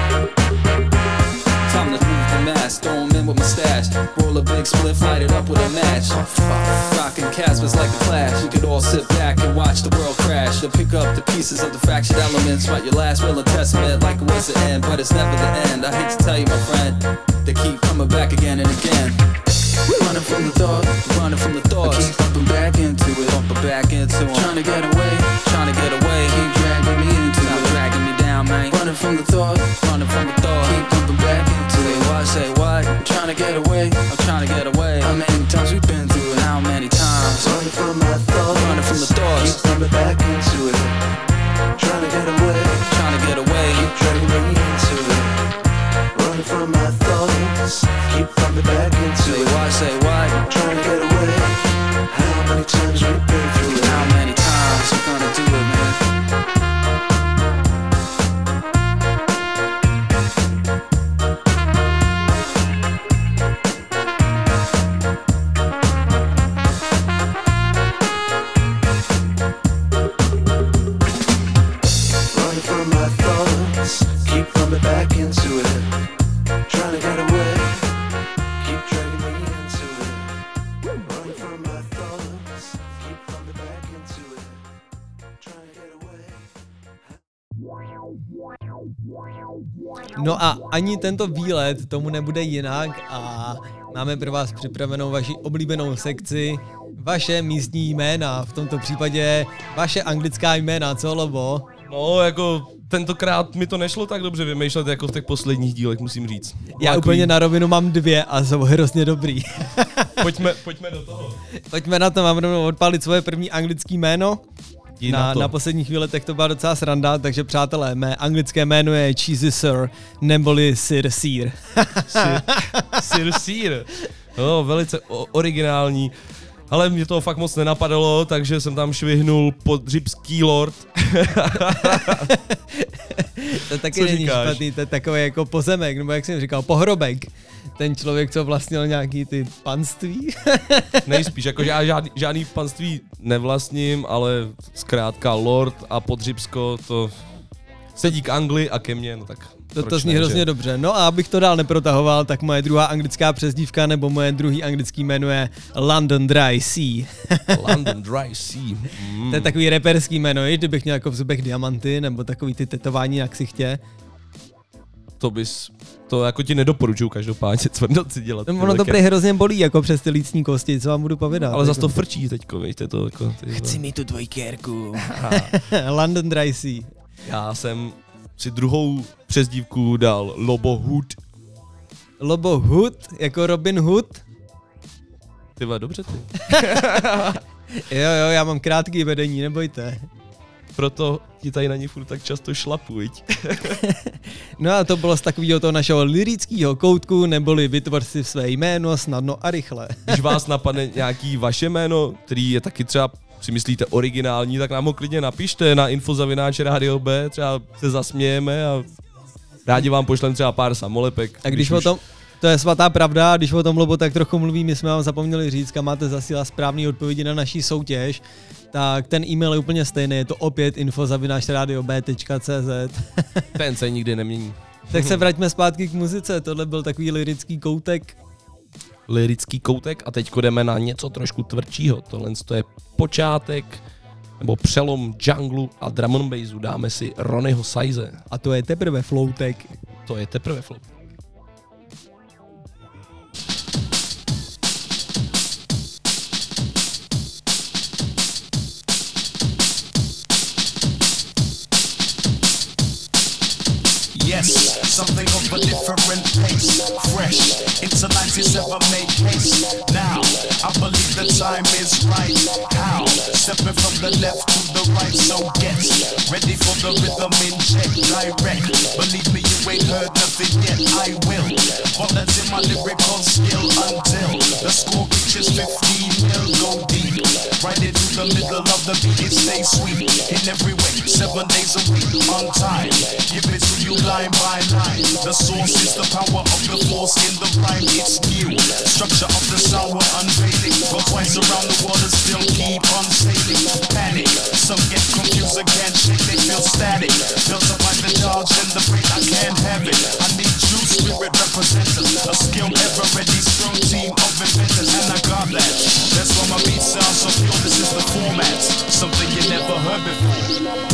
Time to move the mask, throw 'em in with my stash. Roll a big spliff, light it up with a match. Rockin' Caspers like a clash. We could all sit back and watch the world crash. To pick up the pieces of the fractured elements. Write your last will and testament like it was the end, but it's never the end. I hate to tell you, my friend, they keep coming back again and again. Running from the thought, Running from the I thoughts, keep bumping back into it. bumping back into them. Trying to get away, Trying to get away, keep dragging me into Stop it. dragging me down, man. Running from the thought, Running from the thought, keep bumping back into say it. what, say what. Trying to get away, I'm trying to get away. how many times we've been through it. How many times? Running from my thoughts, Running from the thoughts, keep bumping back into it. Trying to get away, trying to get away. keep dragging me into it. Running from my thoughts, keep bumping back into Say it. what, say what. Trying to get away, how many times we've been through it. How many times you gonna do it, man? Running from my thoughts, keep bumping back into it. Trying to get away, keep dragging me into it. Running from my thoughts, keep bumping back into it. Trying to get away. No a ani tento výlet tomu nebude jinak a máme pro vás připravenou vaši oblíbenou sekci, vaše místní jména, v tomto případě vaše anglická jména, co Lobo? No, jako tentokrát mi to nešlo tak dobře vymýšlet jako v těch posledních dílech, musím říct. Já Takový- úplně na rovinu mám dvě a jsou hrozně dobrý. Pojďme, pojďme do toho. Pojďme na to, mám rovnou odpálit svoje první anglické jméno. Jdi Na, na to. na posledních výletech to byla docela sranda, takže přátelé, mé anglické jméno je Cheesy Sir, neboli Sir Sir. Sir, sir, sir. No, velice o- originální. Ale mě toho fakt moc nenapadalo, takže jsem tam švihnul podřibský lord. To taky Co není říkáš? špatný, to je takový jako pozemek, nebo jak jsem říkal, pohrobek. ten člověk, co vlastnil nějaký ty panství. Nejspíš, jako já žádný, žádný panství nevlastním, ale zkrátka Lord a Podřibsko to sedí k Anglii a ke mně, no tak To, to zní hrozně dobře. No a abych to dál neprotahoval, tak moje druhá anglická přezdívka nebo moje druhý anglický jméno je London Dry Sea. London Dry Sea. Mm. To je takový reperský jméno, i kdybych měl jako v zubech diamanty nebo takový ty tetování na ksichtě. To bys, to jako ti nedoporučuju každopádně cvrnoci dělat. No, ono to prý hrozně bolí jako přes ty lícní kosti, co vám budu povědat. Ale zase to frčí teďko, víte to jako... Ty, Chci mít tu dvojkérku. London Dry Sea. Já jsem si druhou přezdívku dal Lobo Hood. Lobo Hood? Jako Robin Hood? Ty vole, dobře ty. jo, jo, já mám krátký vedení, nebojte. Proto ti tady na ní furt tak často šlapu, viď? No a to bylo z takového toho našeho lyrického koutku, neboli vytvoř si své jméno snadno a rychle. Když vás napadne nějaký vaše jméno, který je taky třeba si myslíte originální, tak nám ho klidně napište na info zavináč radio B, třeba se zasmějeme a rádi vám pošlem třeba pár samolepek. A když, když o tom, to je svatá pravda, když o tom Lobo tak trochu mluví, my jsme vám zapomněli říct, kam máte zasílat správné odpovědi na naší soutěž, tak ten e-mail je úplně stejný, je to opět info zavináč radio b tečka cé zet. Ten se nikdy nemění. Tak se vraťme zpátky k muzice, tohle byl takový lyrický koutek. Lyrický koutek a teď jdeme na něco trošku tvrdšího. Tohle je počátek nebo přelom junglu a drum and bassu. Dáme si Ronnieho Size. A to je teprve floutek. To je teprve floutek. Yes, something of a different pace, fresh, into ninety-seven made case. Now, I believe the time is right. How? Stepping from the left to the right, so get ready for the rhythm in check, direct. Believe me, you ain't heard nothing yet, I will volunteer my lyrical skill until the score reaches fifteen mil, go deep. Right into the middle of the beat, it stays sweet. In every way, seven days a week, on time. Give it to you line by line. The source is the power of the force in the rhyme, it's new. Structure of the sound we're unveiling. Go twice around the world and still keep on sailing. Panic, some get confused again, shit they feel static. Built up by the charge and the break, I can't have it. I need true spirit representatives, a skilled ever ready strong team of inventors, and I got that. That's why my beat sounds so pure, this is the format. Something you never heard before.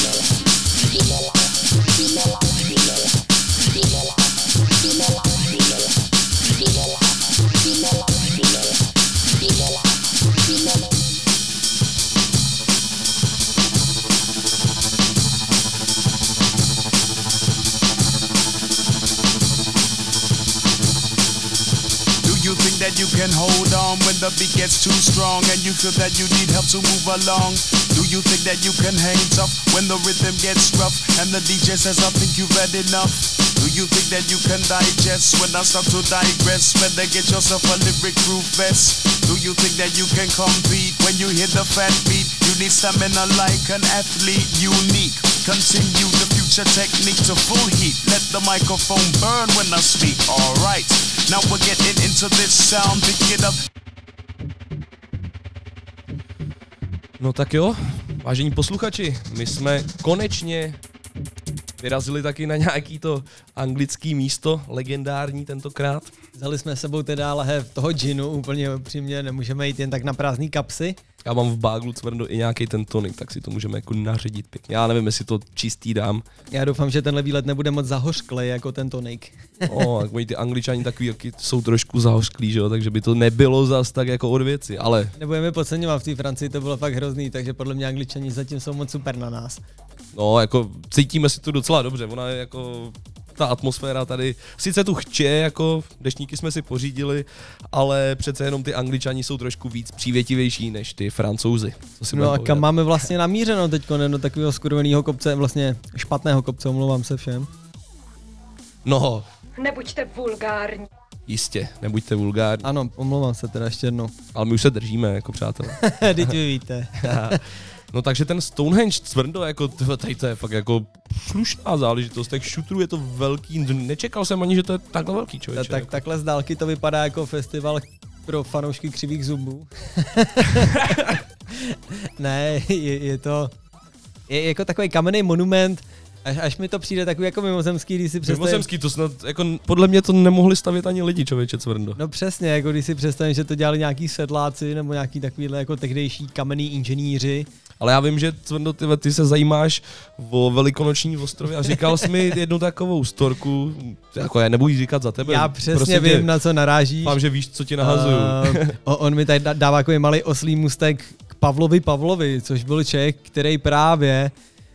That you can hold on when the beat gets too strong and you feel that you need help to move along? Do you think that you can hang tough when the rhythm gets rough and the D J says I think you've had enough? Do you think that you can digest when I start to digress? Better get yourself a lyric proof vest. Do you think that you can compete when you hear the fat beat? You need stamina like an athlete, unique. Continue the future technique to full heat. Let the microphone burn when I speak. Alright, now we're getting into this sound. Pick it up. No tak jo, vážení posluchači, my jsme konečně vyrazili taky na nějaký to anglický místo, legendární tentokrát. Vzali jsme sebou teda lahev toho džinu, úplně upřímně, nemůžeme jít jen tak na prázdný kapsy. Já mám v báglu cvrndo i nějaký ten tonik, tak si to můžeme jako naředit pěkně. Já nevím, jestli to čistý dám. Já doufám, že tenhle výlet nebude moc zahořklej jako ten tonik. O, tak oni ty Angličani takový jaký jsou trošku zahořklí, že jo, takže by to nebylo zas tak jako od věci, ale... Nebudeme podceňovat, v té Francii to bylo fakt hrozný, takže podle mě Angličani zatím jsou moc super na nás. No, jako cítíme si to docela dobře, ona je jako... Ta atmosféra tady sice tu chče, jako deštníky jsme si pořídili, ale přece jenom ty Angličani jsou trošku víc přívětivější než ty Francouzi. No a kam máme vlastně namířeno teďko, ne, do takového skurveného kopce, vlastně špatného kopce, omlouvám se všem. No. Nebuďte vulgární. Jistě, nebuďte vulgární. Ano, omlouvám se teda ještě jednou. Ale my už se držíme, jako přátelé. Teď vy víte. No takže ten Stonehenge, Cvrndo, jako tady to je fakt jako slušná záležitost, tak šutrů je to velký, nečekal jsem ani, že to je takhle velký, člověče. Tak, jako. Takhle z dálky to vypadá jako festival pro fanoušky křivých zubů. Ne, je, je to je jako takový kamenný monument, až, až mi to přijde takový jako mimozemský, když si představím... Mimozemský, to snad, jako podle mě to nemohli stavět ani lidi, člověče, Cvrndo. No přesně, jako když si představím, že to dělali nějaký sedláci nebo nějaký takovýhle jako tehdejší kamenný inženýři. Ale já vím, že Cvrndo, ty, ty se zajímáš o Velikonoční ostrově a říkal jsi mi jednu takovou storku, jako já nebudu jí říkat za tebe. Já přesně vím, tě, na co narážíš. Mám, že víš, co ti nahazuju. Uh, on mi tady dává takový malý oslý můstek k Pavlovi Pavlovi, což byl Čech, který právě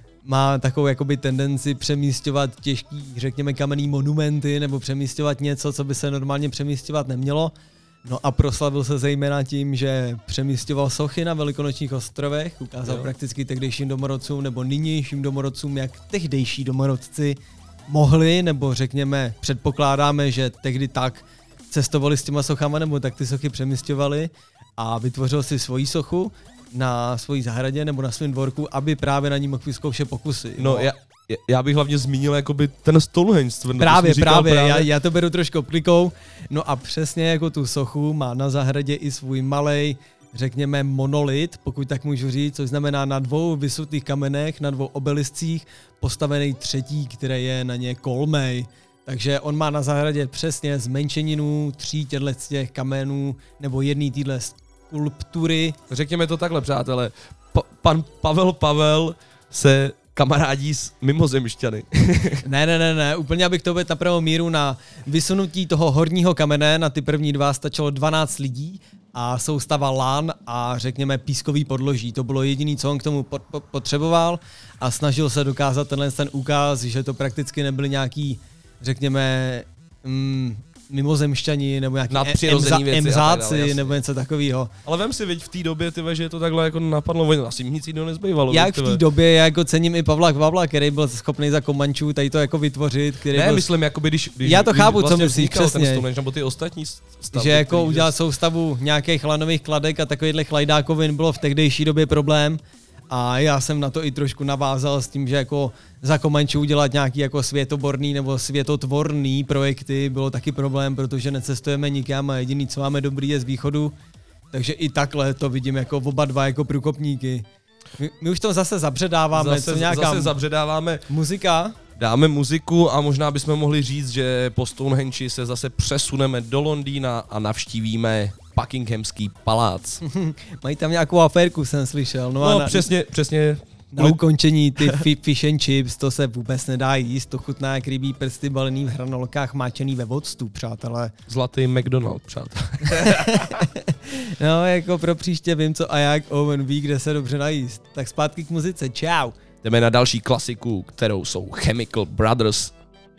má takovou jakoby tendenci přemísťovat těžký, řekněme, kamenný monumenty nebo přemísťovat něco, co by se normálně přemísťovat nemělo. No a proslavil se zejména tím, že přemísťoval sochy na Velikonočních ostrovech, ukázal jo. prakticky tehdejším domorodcům nebo nynějším domorodcům, jak tehdejší domorodci mohli, nebo řekněme, předpokládáme, že tehdy tak cestovali s těma sochama, nebo tak ty sochy přemísťovali a vytvořil si svoji sochu na svojí zahradě nebo na svém dvorku, aby právě na ní mohl vyzkoušet pokusy. No, no. Já, já bych hlavně zmínil jakoby ten Stonehenge. Právě, právě, právě. Já, já to beru trošku klikou. No a přesně jako tu sochu má na zahradě i svůj malej, řekněme, monolit, pokud tak můžu říct, což znamená na dvou vysutých kamenech, na dvou obeliscích postavený třetí, které je na ně kolmej. Takže on má na zahradě přesně zmenšeninu tří těchto těch kamenů nebo jedný týhle skulptury. Řekněme to takhle, přátelé. Pa- pan Pavel Pavel se kamarádí s mimozemšťany. ne, ne, ne, ne, úplně abych to uvedl na pravou míru, na vysunutí toho horního kamene na ty první dva stačilo dvanáct lidí a soustava lán a řekněme pískový podloží. To bylo jediné, co on k tomu pot- pot- potřeboval a snažil se dokázat tenhle ten úkaz, že to prakticky nebyly nějaký, řekněme, mm, mimozemšťani nebo nějaký nadpřirozený věci emzáci tak, nebo něco takového. Ale vem si, viď, v té době, tyve, že je to takhle jako napadlo, asi nic jiného nezbývalo. Jak v té době, já jako cením i Pavla Kvavla, který byl schopný za Komančů tady to jako vytvořit. Který ne, byl... myslím, jakoby, když, když já to když chápu, vlastně co myslíš, přesně. Ten Stonehenge, nebo ty ostatní stavby, že jako který, udělat soustavu nějakých lanových kladek a takovýchhle chlajdákovin bylo v tehdejší době problém. A já jsem na to i trošku navázal s tím, že jako za Komančů udělat nějaký jako světoborný nebo světotvorný projekty bylo taky problém, protože necestujeme nikam a jediný, co máme dobrý, je z východu. Takže i takhle to vidím jako oba dva jako průkopníky. My, my už to zase zabředáváme. Zase, co nějaká zase zabředáváme. Muzika. Dáme muziku a možná bychom mohli říct, že po Stonehenge se zase přesuneme do Londýna a navštívíme Buckinghamský palác. Mají tam nějakou aférku, jsem slyšel. No, no a na, přesně, přesně. Na ukončení ty fi- fish and chips, to se vůbec nedá jíst, to chutná jak rybí prsty balený v hranolkách máčený ve octu, přátelé. Zlatý McDonald, přátelé. No, jako pro příště vím co a jak, Owen ví, kde se dobře najíst. Tak zpátky k muzice, čau. Jdeme na další klasiku, kterou jsou Chemical Brothers.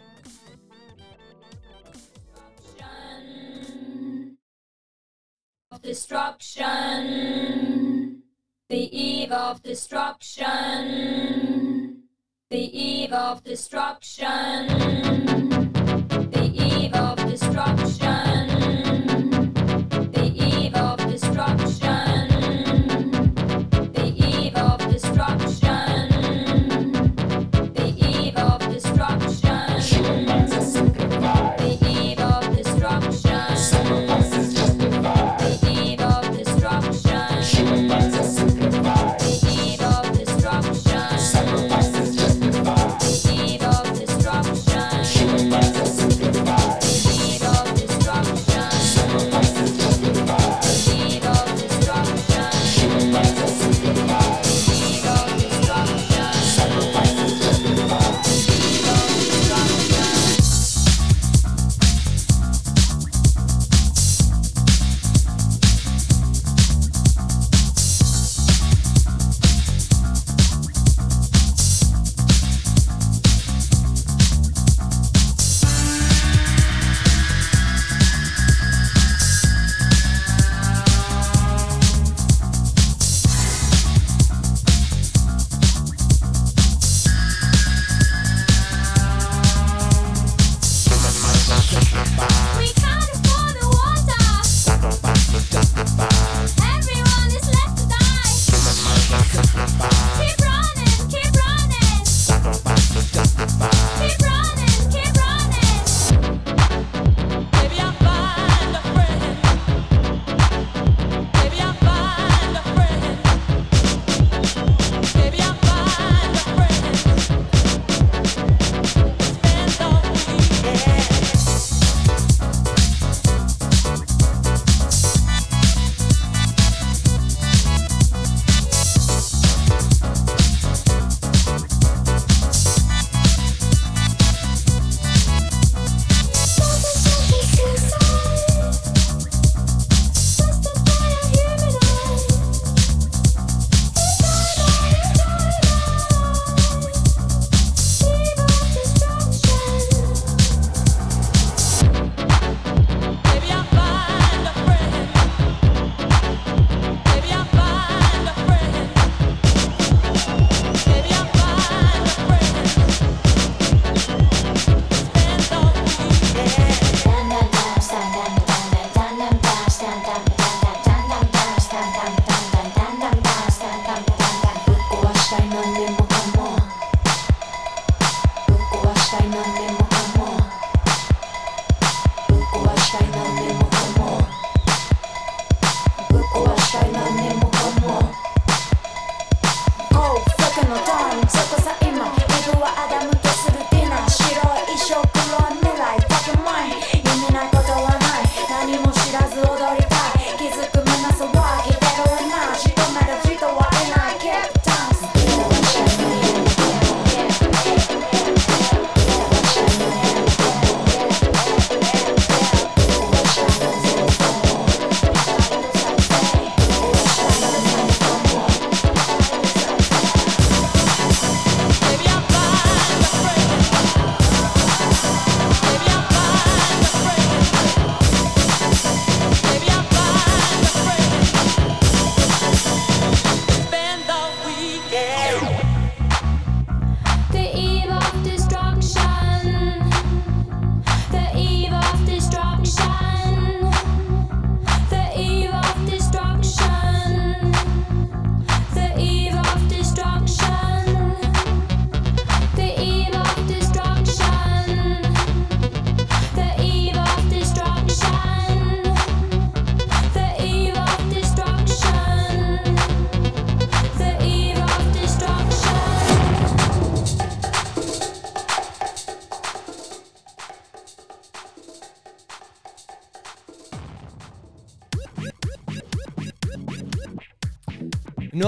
Destruction, the eve of destruction, the eve of destruction, the eve of destruction, the eve of destruction, the eve of destruction, the eve of destruction, the eve of destruction. Destruction.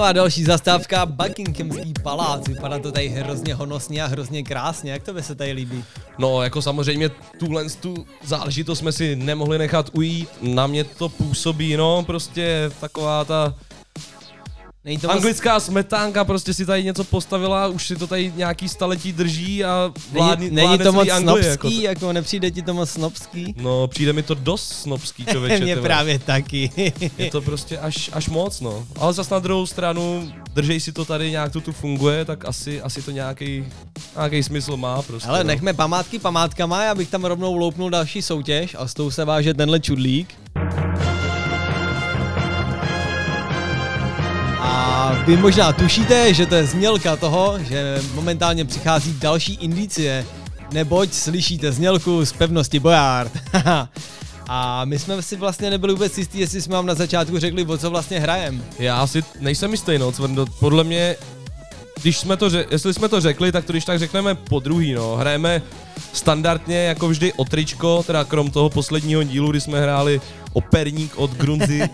No a další zastávka Buckinghamský palác. Vypadá to tady hrozně honosně a hrozně krásně. Jak to by se tady líbí? No, jako samozřejmě tuhle tu záležitost jsme si nemohli nechat ujít. Na mě to působí, no, prostě taková ta to anglická smetánka, prostě si tady něco postavila, už si to tady nějaký staletí drží a vládne, Není, není to celý moc Anglii, snobský, jako, jako nepřijde ti to moc snobský? No, přijde mi to dost snobský, člověče. Mně právě taky. Je to prostě až, až moc, no. Ale zas na druhou stranu, držej si to tady, nějak to tu funguje, tak asi, asi to nějaký, nějaký smysl má prostě. Ale no. nechme památky památkama, já bych tam rovnou loupnul další soutěž a s tou se váže tenhle čudlík. A vy možná tušíte, že to je znělka toho, že momentálně přichází další indicie, neboť slyšíte znělku z pevnosti Boyard. A my jsme si vlastně nebyli vůbec jistí, jestli jsme vám na začátku řekli, o co vlastně hrajem. Já si nejsem jistý, no, Cvrndo, podle mě, když jsme to, řek, jestli jsme to řekli, tak to když tak řekneme po druhý, no. Hrajeme standardně, jako vždy, o tričko, teda krom toho posledního dílu, kdy jsme hráli operník od Grunzy.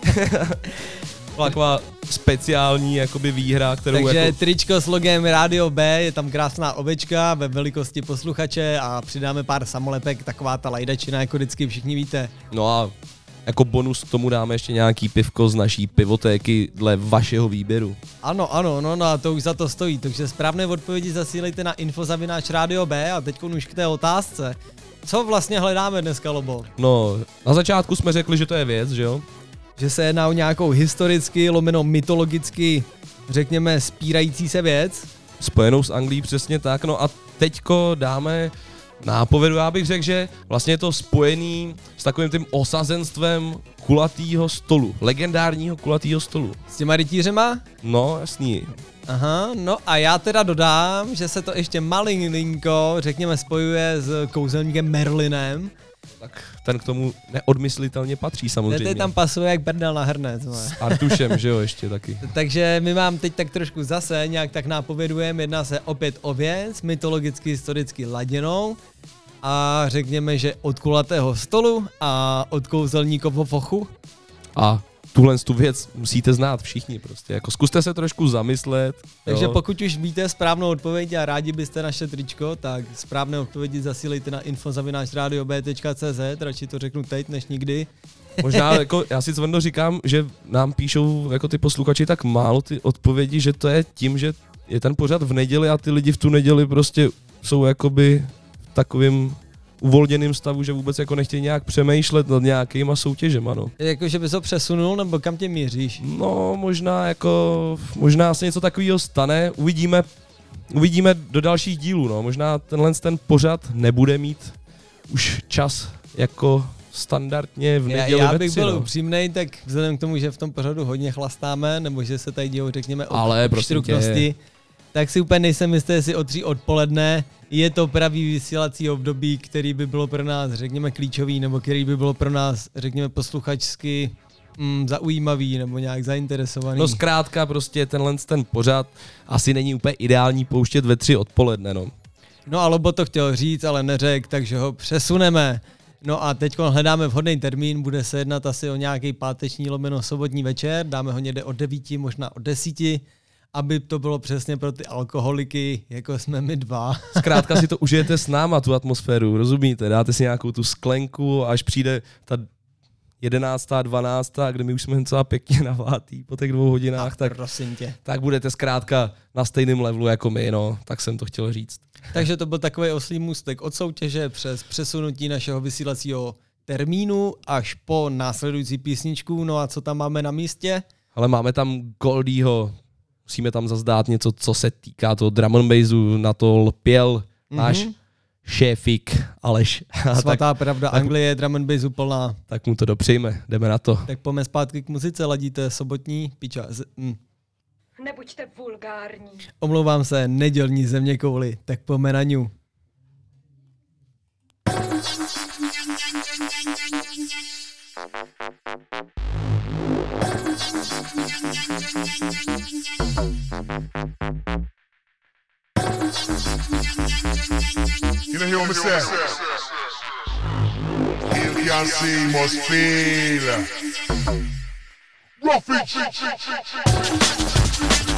Taková speciální jakoby výhra, kterou Takže jako... tričko s logem Rádio B, je tam krásná ovečka ve velikosti posluchače a přidáme pár samolepek, taková ta lajdačina, jako vždycky všichni víte. No a jako bonus k tomu dáme ještě nějaký pivko z naší pivotéky dle vašeho výběru. Ano, ano, no, no a to už za to stojí, takže správné odpovědi zasílejte na info zavináč rádio B a teď už k té otázce. Co vlastně hledáme dneska, Lobo? No, na začátku jsme řekli, že to je věc, že jo? Že se jedná o nějakou historicky, lomeno mytologicky, řekněme, spírající se věc. Spojenou s Anglií, přesně tak, no a teďko dáme nápovědu, já bych řekl, že vlastně je to spojený s takovým tím osazenstvem kulatýho stolu, legendárního kulatýho stolu. S těma rytířema? No, jasný. Aha, no a já teda dodám, že se to ještě malinko, řekněme, spojuje s kouzelníkem Merlinem. Tak ten k tomu neodmyslitelně patří samozřejmě. Ten tam pasuje jak brdel na hrnec. S Artušem, že jo, ještě taky. Takže my vám teď tak trošku zase nějak tak nápovědujeme, jedná se opět o věc, mytologicky, historicky laděnou a řekněme, že od kulatého stolu a od kouzelníkovo fochu. A tuhle tu věc musíte znát všichni prostě, jako zkuste se trošku zamyslet. Takže jo. pokud už víte správnou odpověď a rádi byste naše tričko, tak správné odpovědi zasílejte na info zavináč rádio b tečka cé zet, radši to řeknu teď než nikdy. Možná jako, já si Cvrndo říkám, že nám píšou jako ty posluchači tak málo ty odpovědi, že to je tím, že je ten pořad v neděli a ty lidi v tu neděli prostě jsou jakoby v takovým uvolněným stavu, že vůbec jako nechtějí nějak přemýšlet nad nějakýma soutěžema, no. Jako, že bys ho přesunul, nebo kam tě míříš? No, možná jako, možná se něco takového stane, uvidíme, uvidíme do dalších dílů, no. Možná tenhle ten pořad nebude mít už čas jako standardně v neděli. Já, já bych veci, byl no. upřímnej, tak vzhledem k tomu, že v tom pořadu hodně chlastáme, nebo že se tady dějou, řekněme, Ale obstruknosti, tak si úplně nejsem jistý, jestli od tří odpoledne je to pravý vysílací období, který by bylo pro nás, řekněme, klíčový, nebo který by bylo pro nás, řekněme, posluchačsky mm, zaujímavý, nebo nějak zainteresovaný. No zkrátka prostě tenhle ten pořad asi není úplně ideální pouštět ve tři odpoledne, no. No a Lobo to chtěl říct, ale neřekl, takže ho přesuneme. No a teď hledáme vhodný termín, bude se jednat asi o nějaký páteční lomeno sobotní večer, dáme ho někde od devíti, možná od desíti, aby to bylo přesně pro ty alkoholiky, jako jsme my dva. Zkrátka si to užijete s náma, tu atmosféru, rozumíte? Dáte si nějakou tu sklenku a až přijde ta jedenáctá, dvanáctá, kde my už jsme docela pěkně navátý po těch dvou hodinách, tak, prosím tě. tak budete zkrátka na stejném levelu jako my, no, tak jsem to chtěl říct. Takže to byl takový oslý můstek od soutěže přes přesunutí našeho vysílacího termínu až po následující písničku. No a co tam máme na místě? Ale máme tam Goldieho, musíme tam zazdát něco, co se týká toho drum and bassu, na to lpěl mm-hmm. náš šéfik Aleš. Svatá tak, pravda, tak, Anglie je drum and bassu plná. Tak mu to dopřejme, jdeme na to. Tak pojďme zpátky k muzice, ladíte sobotní piča. Z, mm. Nebuďte vulgární. Omlouvám se, nedělní zeměkouli, tak pojďme na ňu. You know, hear what me say? You can see, must feel. Rough it.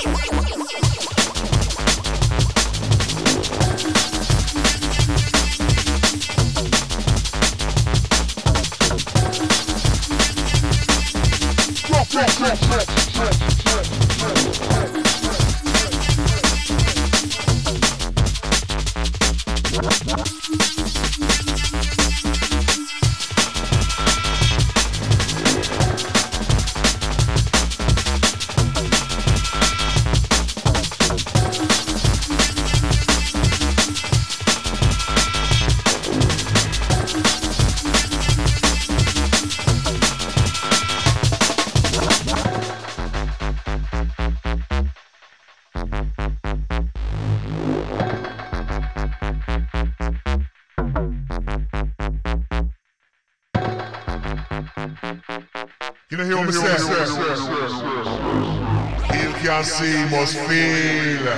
You know, hear me say, you can see, must feel.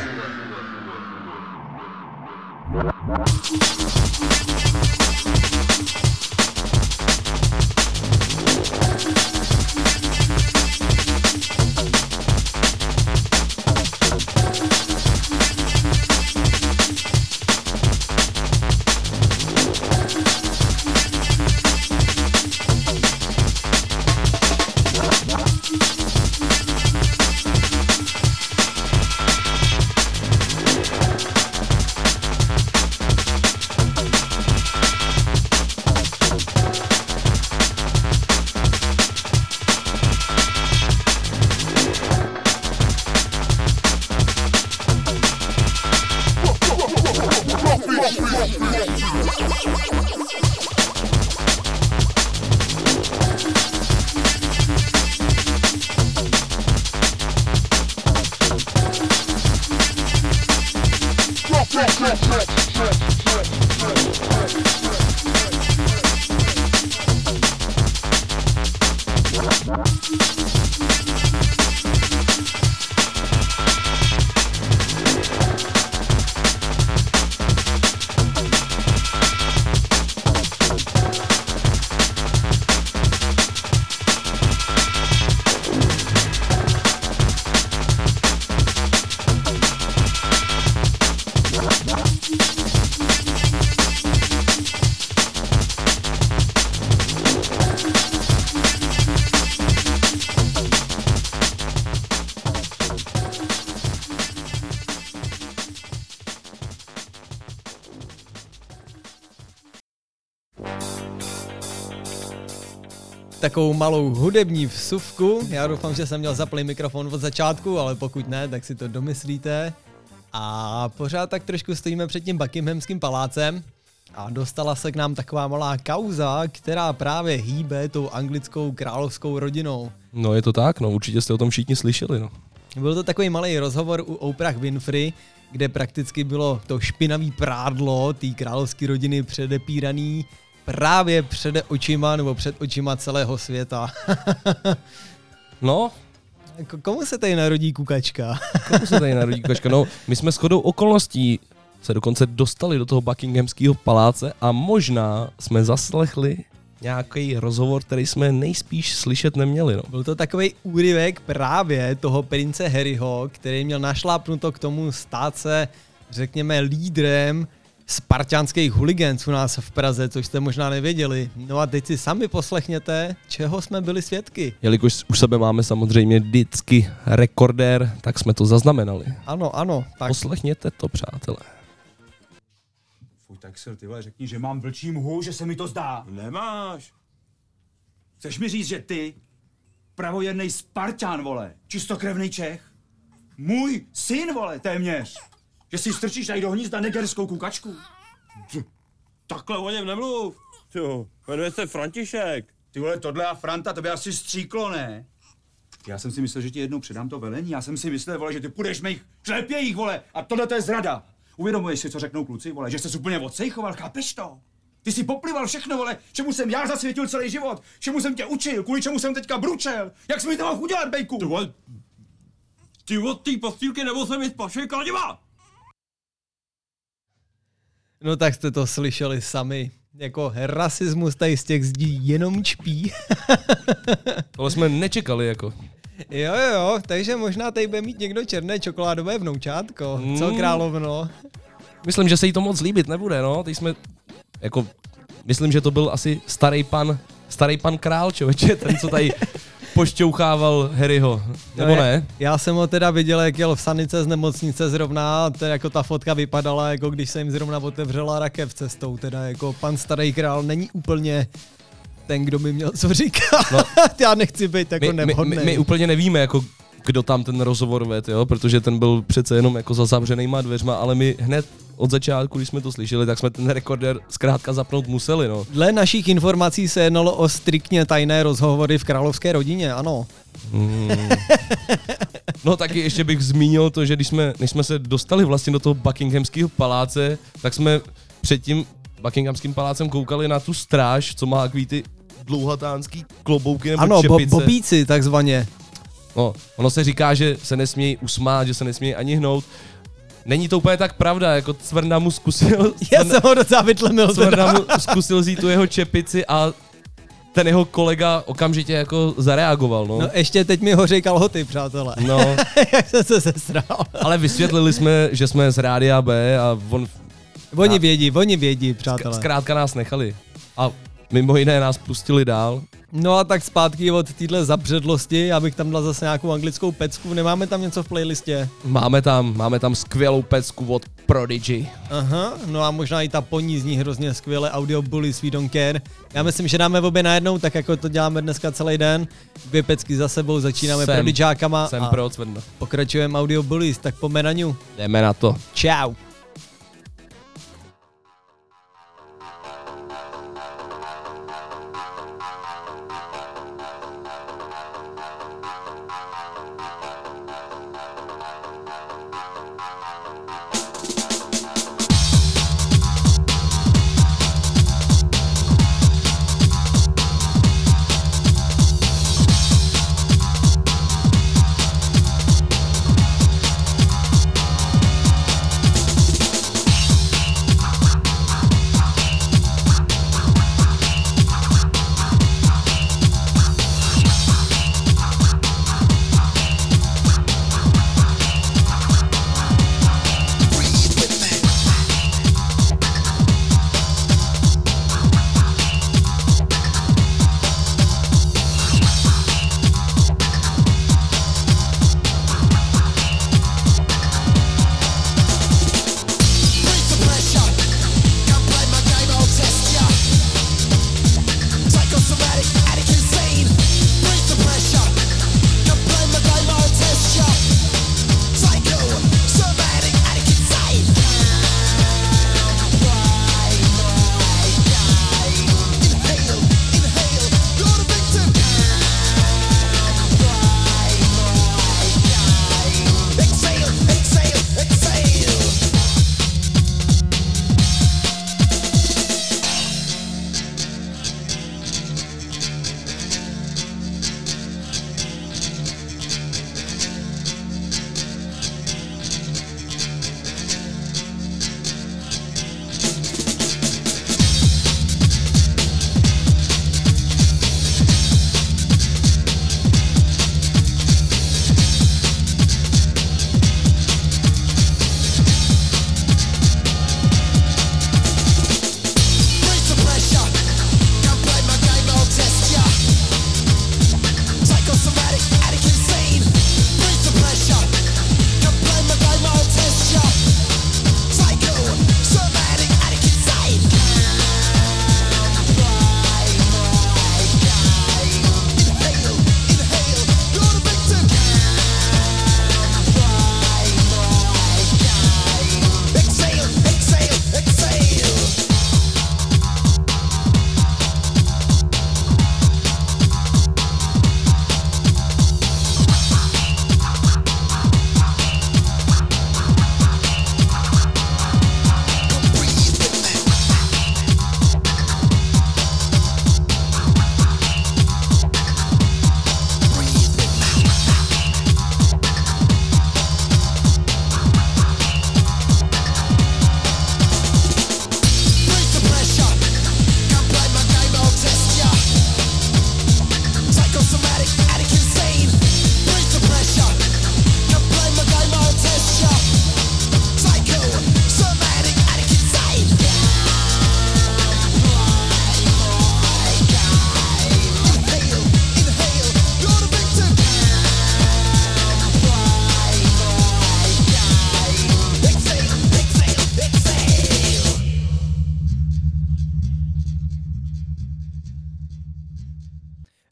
Takovou malou hudební vsuvku. Já doufám, že jsem měl zaplý mikrofon od začátku, ale pokud ne, tak si to domyslíte. A pořád tak trošku stojíme před tím Buckinghamským palácem a dostala se k nám taková malá kauza, která právě hýbe tou anglickou královskou rodinou. No je to tak, no určitě jste o tom všichni slyšeli, no. Byl to takový malý rozhovor u Oprah Winfrey, kde prakticky bylo to špinavý prádlo té královské rodiny předepíraný právě před očima nebo před očima celého světa. No. K- komu se tady narodí kukačka? Komu se tady narodí kukačka? No, my jsme shodou okolností se dokonce dostali do toho Buckinghamského paláce a možná jsme zaslechli nějaký rozhovor, který jsme nejspíš slyšet neměli. No. Byl to takový úryvek právě toho prince Harryho, který měl našlápnuto k tomu stát se, řekněme, lídrem spartiánských huligans u nás v Praze, což jste možná nevěděli. No a teď si sami poslechněte, čeho jsme byli svědky. Jelikož u sebe máme samozřejmě vždycky rekordér, tak jsme to zaznamenali. Ano, ano. Tak. Poslechněte to, přátelé. Fuj, tak sil, ty vole, řekni, že mám vlčí mhu, že se mi to zdá. Nemáš. Chceš mi říct, že ty, pravověrnej Spartan, vole, čistokrevnej Čech, můj syn, vole, téměř, že si strčíš tady do hnízda negerskou kukačku? Takhle o něm nemluv. Jo, jmenuje se František. Ty vole, tohle a Franta, to by asi stříklo, ne? Já jsem si myslel, že ti jednou předám to velení. Já jsem si myslel, vole, že ty půjdeš mých šlepějích, vole, a tohle to je zrada. Uvědomuješ si, co řeknou kluci, vole, že jsi úplně odsejchoval, chápeš to? Ty jsi poplival všechno, vole, čemu jsem já zasvětil celý život, čemu jsem tě učil, kvůli čemu jsem teďka bručel. Jak jsi mi to mohl udělat, bejku? Ty vole, ty od té postýlky nebo se mi spašuje kladiva. No tak jste to slyšeli sami. Jako rasismus tady z těch zdí jenom čpí. Ale jsme nečekali jako. Jo, jo, jo, takže možná tady bude mít někdo černé čokoládové vnoučátko. Mm. Co, královno? Myslím, že se jí to moc líbit nebude, no. Teď jsme, jako, myslím, že to byl asi starý pan, starý pan král, člověče, ten, co tady pošťouchával Harryho, nebo no, ne? Já jsem ho teda viděl, jak jel v sanice z nemocnice zrovna, to jako ta fotka vypadala, jako když se jim zrovna otevřela rakev cestou, teda jako pan starý král není úplně ten, kdo by měl co říkat. No, já nechci být jako my, nevhodný. My, my, my úplně nevíme, jako kdo tam ten rozhovor vedl, jo, protože ten byl přece jenom jako za zavřenýma dveřma, ale my hned od začátku, když jsme to slyšeli, tak jsme ten rekorder zkrátka zapnout museli, no. Dle našich informací se jednalo o striktně tajné rozhovory v královské rodině, ano. Mm. No taky ještě bych zmínil to, že když jsme, než jsme se dostali vlastně do toho Buckinghamského paláce, tak jsme před tím Buckinghamským palácem koukali na tu stráž, co má takový ty dlouhatánský klobouky nebo ano, čepice. Ano, bo- bobíci takzvaně. No, ono se říká, že se nesmějí usmát, že se nesmějí ani hnout. Není to úplně tak pravda, jako Cvrna mu zkusil... Já jsem ho docela vytlemil. Cvrna mu zkusil vzít tu jeho čepici a ten jeho kolega okamžitě jako zareagoval, no. No ještě teď mi hoří kalhoty, přátelé. No. Jak jsem se sesral. Ale vysvětlili jsme, že jsme z Rádia B a on... Oni vědí, oni vědí, přátelé. Zkrátka nás nechali. A mimo jiné nás pustili dál. No a tak zpátky od téhle zabředlosti, já bych tam dal zase nějakou anglickou pecku. Nemáme tam něco v playlistě? Máme tam, máme tam skvělou pecku od Prodigy. Aha, no a možná i ta poní zní hrozně skvěle, Audio Bullies, We Don't Care. Já myslím, že dáme obě najednou, tak jako to děláme dneska celý den. Dvě pecky za sebou, začínáme Jsem, Prodigyákama jsem a pro Cvrna. pokračujeme Audio Bullies, tak pojďme na ňu. Jdeme na to. Čau.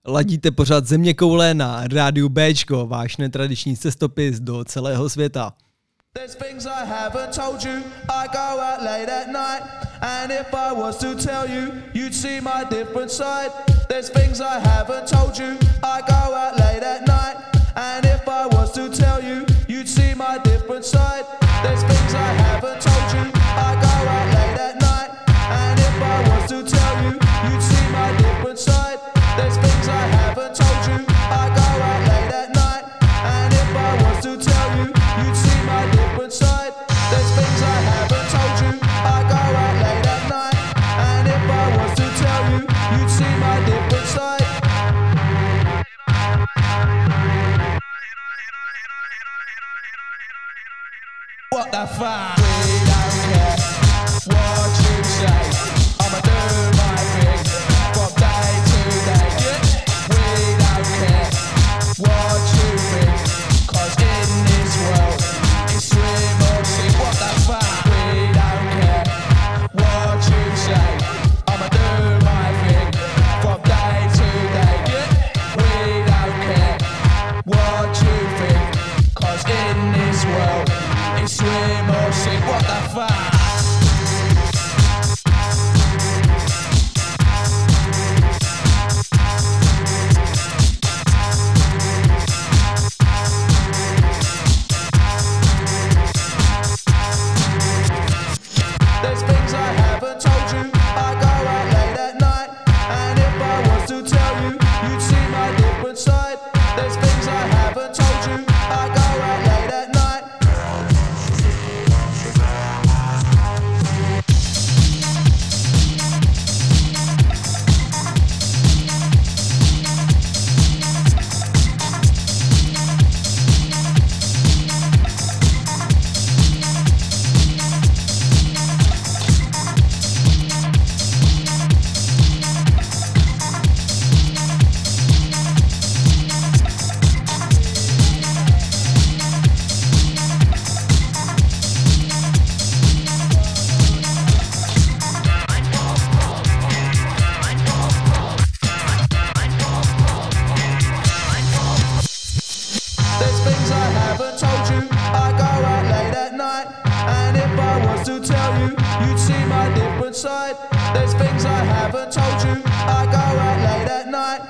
Ladíte pořád Země koule na rádiu Bčko, váš netradiční cestopis do celého světa. There's things I haven't told you. I go out late at night, and if I was to tell you, you'd see my different side. There's things I haven't told you. I go out late at night, and if I was to tell you, you'd see my different side. There's things I haven't told you. I go out late at night, and if I was to tell you, you'd see my different side. There's things I haven't told you. I go out late at night, and if I was to tell you, you'd see my different side. There's things I haven't told you. I go out late at night, and if I was to tell you, you'd see my different side. What the fuck? We don't care what you say. I'ma do my thing from day to day. Yeah. We don't care what you think, 'cause in this world it's swim or sink. What the fuck? We don't care what you say. I'ma do my thing from day to day. Yeah. We don't care what you think, 'cause in this world it's swim or sink. What the fuck? There's things I haven't told you. I go out late at night, and if I was to tell you, you'd see my different side. There's things I haven't told you. I go out late at night. There's things I haven't told you. I go out late at night, and if I was to tell you, you'd see my different side. There's things I haven't told you. I go out late at night.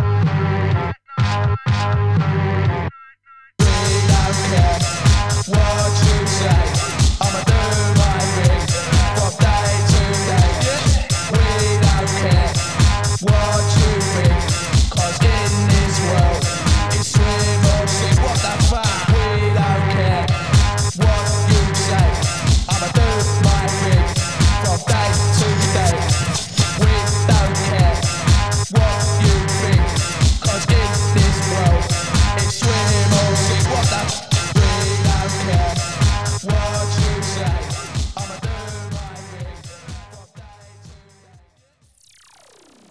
We don't care what you say. I'ma do my thing from day to day. Yeah. We don't care what you think, 'cause in this world it's swim or sink. What the fuck? We don't care what you say. I'ma do my thing from day to day. We don't care what you think, 'cause in this world it's swim or sink. What the f- We don't care what you say. I'ma do my thing from day to day.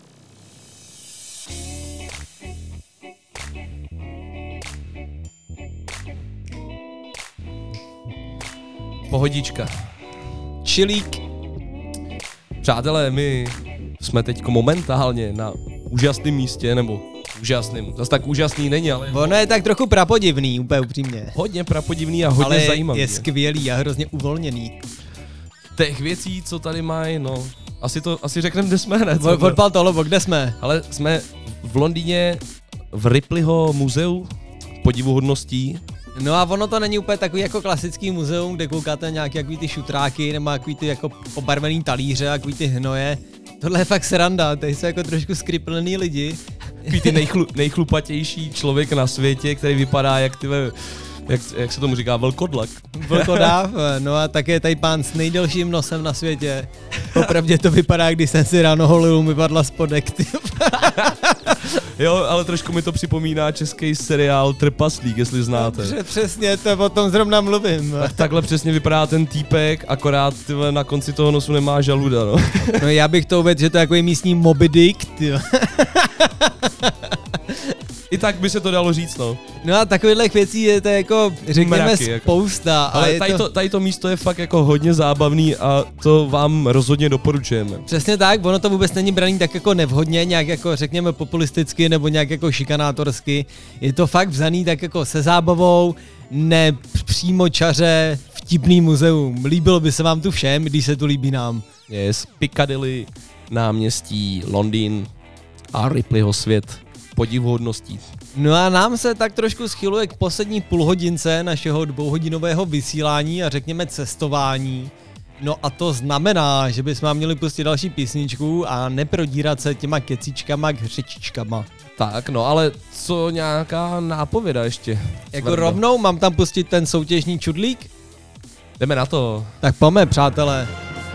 Pohodička. Čilík. Přátelé, my jsme teď momentálně na úžasném místě, nebo úžasným, zase tak úžasný není, ale... Ono je tak trochu prapodivný, úplně upřímně. Hodně prapodivný a hodně ale zajímavý. je skvělý a hrozně uvolněný. Těch věcí, co tady mají, no, asi to, asi řekneme, kde jsme hned. Odpal to, lobo, kde jsme? Ale jsme v Londýně v Ripleyho muzeu podivuhodností. No a ono to není úplně takový jako klasický muzeum, kde koukáte nějaký jaký ty šutráky, nebo jaký ty jako pobarvený talíře, jaký ty hnoje. Tohle je fakt sranda, tady jsou jako trošku skriplený lidi. Takový ty nejchlu, nejchlupatější člověk na světě, který vypadá jak ty, jak, jak se tomu říká, vlkodlak. Vlkodáv, no a také tady pán s nejdelším nosem na světě. Opravdu to vypadá, když jsem si ráno holil, mi padla spodek, ty. Jo, ale trošku mi to připomíná český seriál Trpaslík, jestli znáte. Dobře, přesně, to o tom zrovna mluvím. Tak takhle přesně vypadá ten týpek, akorát tyhle, na konci toho nosu nemá žaluda, no. No já bych to uvedl, že to je jako místní Moby Dick, ty. I tak by se to dalo říct, no. No a takových věcí je to jako, řekněme, Mraky, jako. spousta. Ale a tady to... to, tady to místo je fakt jako hodně zábavný a to vám rozhodně doporučujeme. Přesně tak, ono to vůbec není braný tak jako nevhodně, nějak jako řekněme populisticky nebo nějak jako šikanátorsky. Je to fakt vzaný tak jako se zábavou, ne přímo čaře, vtipný muzeum. Líbilo by se vám tu všem, když se tu líbí nám. Yes, Piccadilly, náměstí, Londýn a Ripleyho svět podivuhodností. No a nám se tak trošku schyluje k poslední půlhodince našeho dvouhodinového vysílání a řekněme cestování. No a to znamená, že bychom měli pustit další písničku a neprodírat se těma kecičkama k řečičkama. Tak, no ale co nějaká nápověda ještě? Jako Svrdo. rovnou mám tam pustit ten soutěžní čudlík? Jdeme na to. Tak pojďme, přátelé.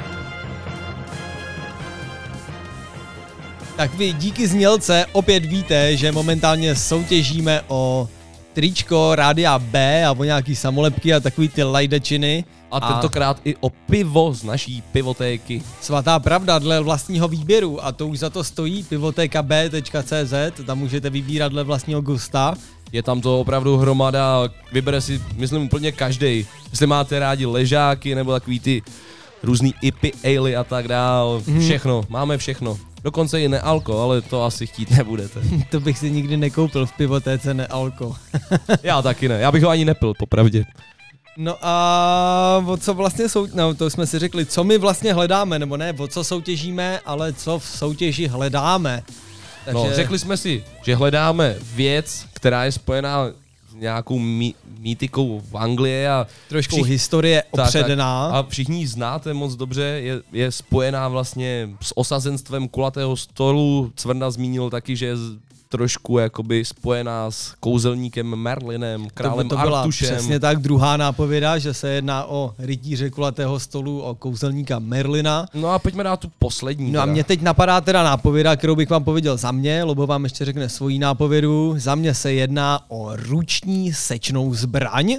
Tak vy díky znělce opět víte, že momentálně soutěžíme o tričko Rádia B a o nějaký samolepky a takový ty lajdačiny. A tentokrát i o pivo z naší pivotéky. Svatá pravda, dle vlastního výběru, a to už za to stojí pivotéka b tečka cé zet, tam můžete vybírat dle vlastního gusta. Je tam to opravdu hromada, vybere si, myslím, úplně každej. Jestli máte rádi ležáky nebo takový ty různý I P A, ale a tak dál, Mhm. všechno, máme všechno. Dokonce i nealko, ale to asi chtít nebudete. To bych si nikdy nekoupil v pivotéce nealko. Já taky ne, já bych ho ani nepil, popravdě. No a o co vlastně sou... no, to jsme si řekli, co my vlastně hledáme, nebo ne, o co soutěžíme, ale co v soutěži hledáme. Takže... No, řekli jsme si, že hledáme věc, která je spojená s nějakou mý, mýtikou v Anglii a trošku historie opředená. Tak, tak, a všichni ji znáte moc dobře, je, je spojená vlastně s osazenstvem kulatého stolu. Cvrna zmínil taky, že je trošku jakoby spojená s kouzelníkem Merlinem, králem to, to byla Artušem. Přesně tak, druhá nápověda, že se jedná o rytíře kulatého stolu, o kouzelníka Merlina. No a pojďme dát tu poslední. No a teda. mě teď napadá teda nápověda, kterou bych vám pověděl za mě, Lobo vám ještě řekne svoji nápovědu. Za mě se jedná o ruční sečnou zbraň.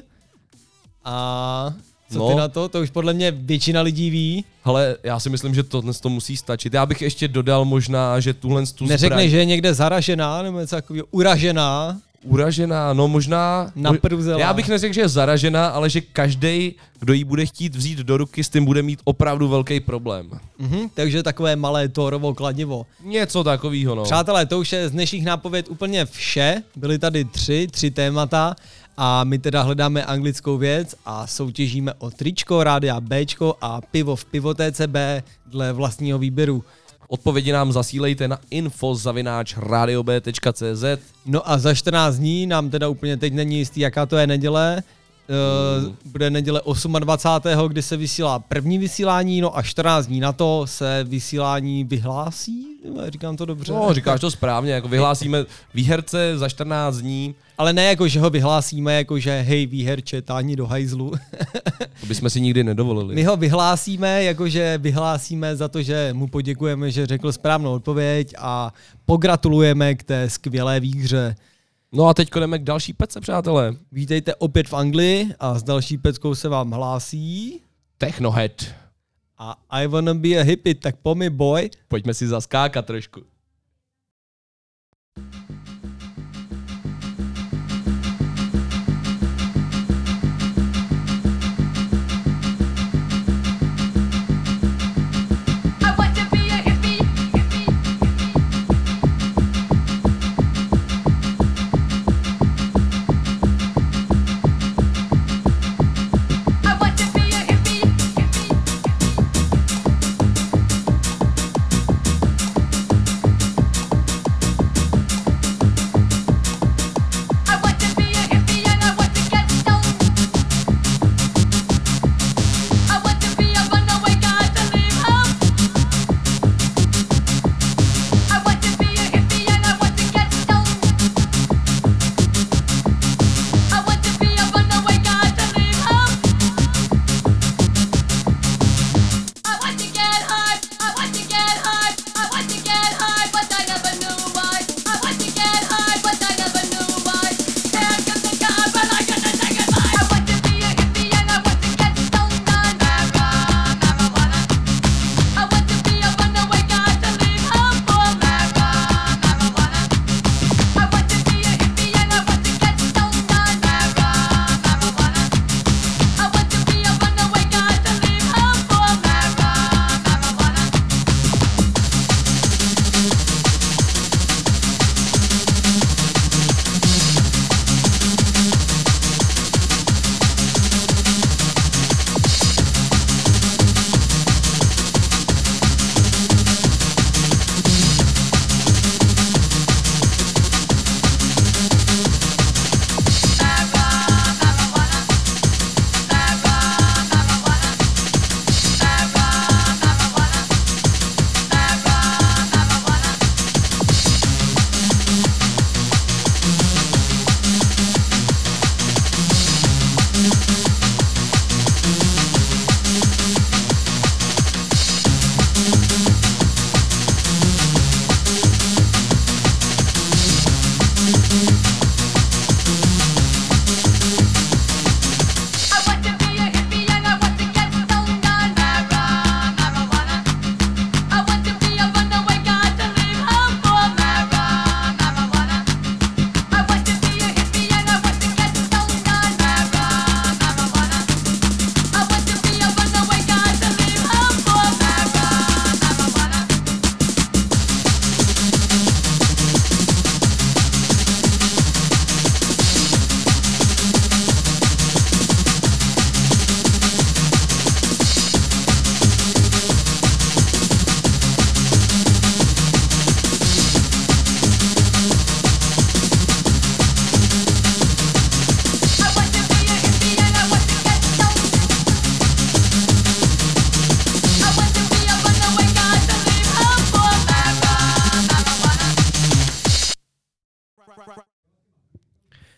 A co No. ty na to? To už podle mě většina lidí ví. Hele, já si myslím, že tohle to musí stačit. Já bych ještě dodal možná, že tuhle tu Neřekne, zbraň... že je někde zaražená, nebo něco takového, uražená. Uražená, no možná... Napruzela. Já bych neřekl, že je zaražená, ale že každej, kdo ji bude chtít vzít do ruky, s tím bude mít opravdu velký problém. Mhm, takže takové malé Thorovo kladivo. Něco takového, no. Přátelé, to už je z dnešních nápověd úplně vše. Byly tady tři, tři témata a my teda hledáme anglickou věc a soutěžíme o tričko, rádia Bčko a pivo v pivotéce B dle vlastního výběru. Odpovědi nám zasílejte na info zavináč radio b tečka cé zet. No a za čtrnáct dní, nám teda úplně teď není jistý, jaká to je neděle, Uh, bude neděle dvacátého osmého kdy se vysílá první vysílání, no a čtrnáct dní na to se vysílání vyhlásí, říkám to dobře. No, říkáš to správně, jako vyhlásíme výherce za čtrnáct dní. Ale ne jako, že ho vyhlásíme, jako že hej výherče, táhni do hajzlu. To bychom si nikdy nedovolili. My ho vyhlásíme, jakože vyhlásíme za to, že mu poděkujeme, že řekl správnou odpověď a pogratulujeme k té skvělé výhře. No a teď jdeme k další pece, přátelé. Vítejte opět v Anglii a s další peckou se vám hlásí Technohead. A I wanna be a hippie, tak po mi boy. Pojďme si zaskákat trošku.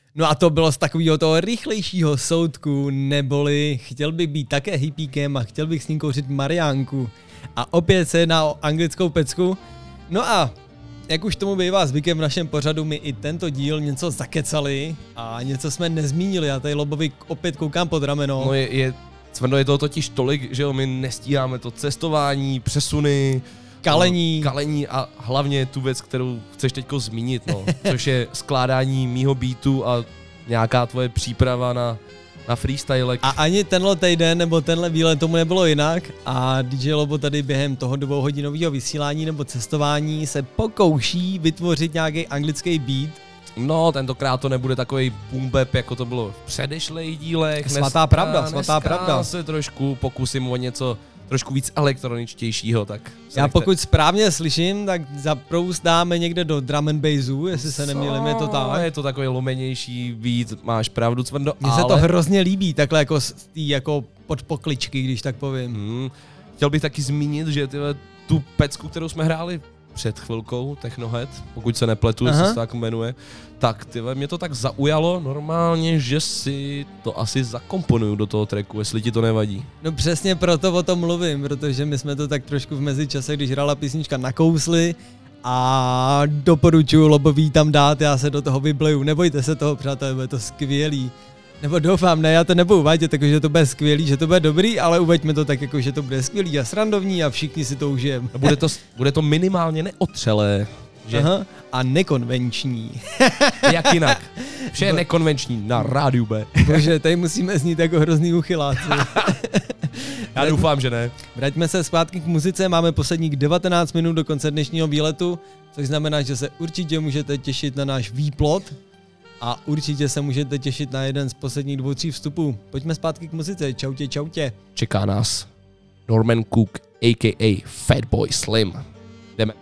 No a to bylo z takového toho rychlejšího soudku, neboli chtěl bych být také hippíkem a chtěl bych s ním kouřit mariánku. A opět se jedná o anglickou pecku. No a jak už tomu bývá zvykem v našem pořadu, my i tento díl něco zakecali a něco jsme nezmínili. Já tady Lobovi opět koukám pod rameno. No je, je, Cvrno, je toho totiž tolik, že jo, my nestíháme to cestování, přesuny, kalení. kalení a hlavně tu věc, kterou chceš teďko zmínit, no, což je skládání mýho beatu a nějaká tvoje příprava na, na freestylek. A ani tenhle týden nebo tenhle výlet tomu nebylo jinak a D J Lobo tady během toho dvouhodinového vysílání nebo cestování se pokouší vytvořit nějaký anglický beat. No, tentokrát to nebude takovej boom bap, jako to bylo v předešlých dílech. Svatá dneska, pravda, svatá dneska pravda. se trošku pokusím o něco trošku víc elektroničtějšího, tak... Já pokud správně slyším, tak zaproust dáme někde do drum and bassu, jestli se nemýlím, je to tak. Je to takový lomenější beat, máš pravdu, Cvrndo, Mně ale... se to hrozně líbí, takhle jako z tý jako pod pokličky, když tak povím. Hmm. Chtěl bych taky zmínit, že tyhle, tu pecku, kterou jsme hráli před chvilkou, Technohead, pokud se nepletu, jestli se tak jmenuje, tak tyhle, mě to tak zaujalo normálně, že si to asi zakomponuju do toho tracku, jestli ti to nevadí. No přesně proto o tom mluvím, protože my jsme to tak trošku v mezičase, když hrála písnička, nakousli a doporučuji Lobový tam dát, já se do toho vybleju, nebojte se toho, přátelé, bude to skvělý. Nebo doufám, ne, já to nebudu uvádět, takže že to bude skvělý, že to bude dobrý, ale uveďme to tak jako, že to bude skvělý a srandovní a všichni si to užijeme. Bude to, bude to minimálně neotřelé, že? Aha. A nekonvenční. Jak jinak? Vše je nekonvenční na rádiu B. Bože, tady musíme znít jako hrozný uchyláci. Já doufám, že ne. Vraťme se zpátky k muzice, máme posledních devatenáct minut do konce dnešního výletu, což znamená, že se určitě můžete těšit na náš výplot a určitě se můžete těšit na jeden z posledních dvou, tří vstupů. Pojďme zpátky k muzice, čautě, čautě. Čeká nás Norman Cook, a k a. Fatboy Slim. Jdeme.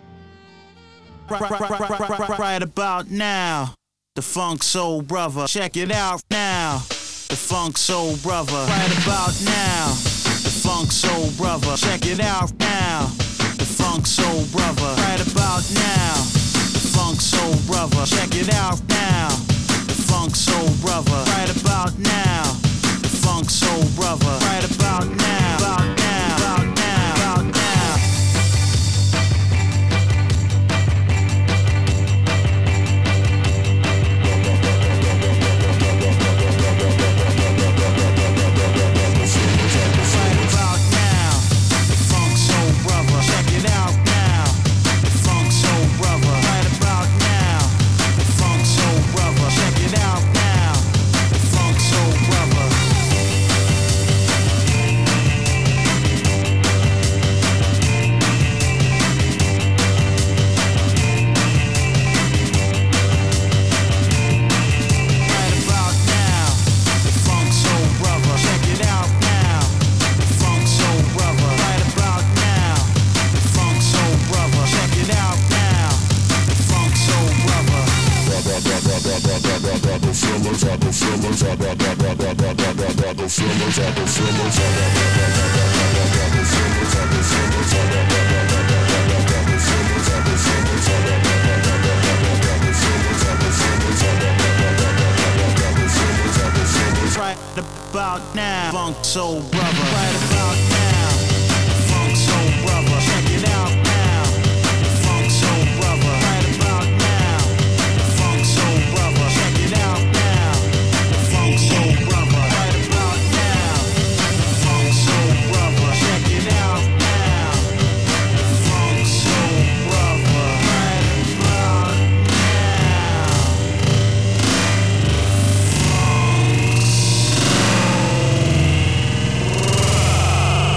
Right about now, the Funk Soul Brother. Check it out now, the Funk Soul Brother. Right about now, the Funk Soul Brother. Check it out now, the Funk Soul Brother. Right about now, the Funk Soul Brother. Check it out now, the Funk Soul Brother. Right about now, the Funk Soul Brother. Right about now, about now, about now, about now. Right about now, Funk Soul Brother. Right about now, Funk Soul Brother. Check it out now, Funk Soul Brother. Right about now, Funk Soul Brother. Check it out now, Funk Soul Brother. Right about now, Funk Soul Brother. Check it out now, Funk Soul Brother. Right about now.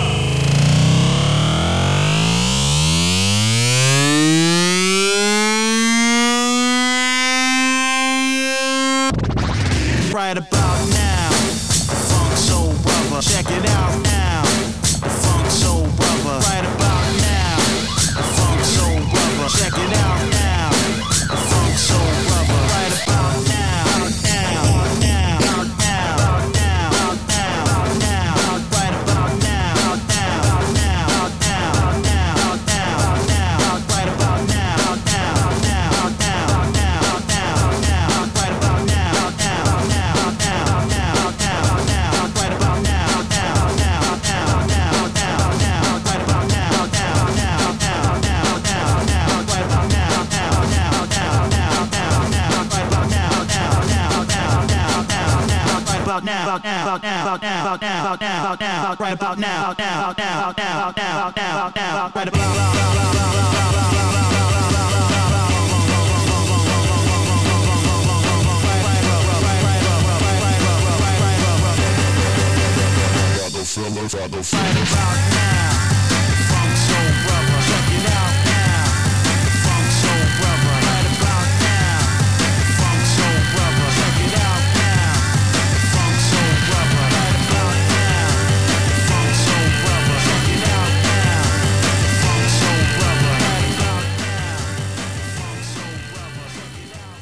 right about now, now, now, now, now, now, now, right about Fellas, I go right about now, Funk Soul Brother, check it out now, Funk Soul Brother, right about now, Funk Soul Brother, check it out now, Funk Soul Brother, right about now, Funk Soul Brother, check it out now, Funk Soul Brother, right about now, Funk Soul Brother, check it out.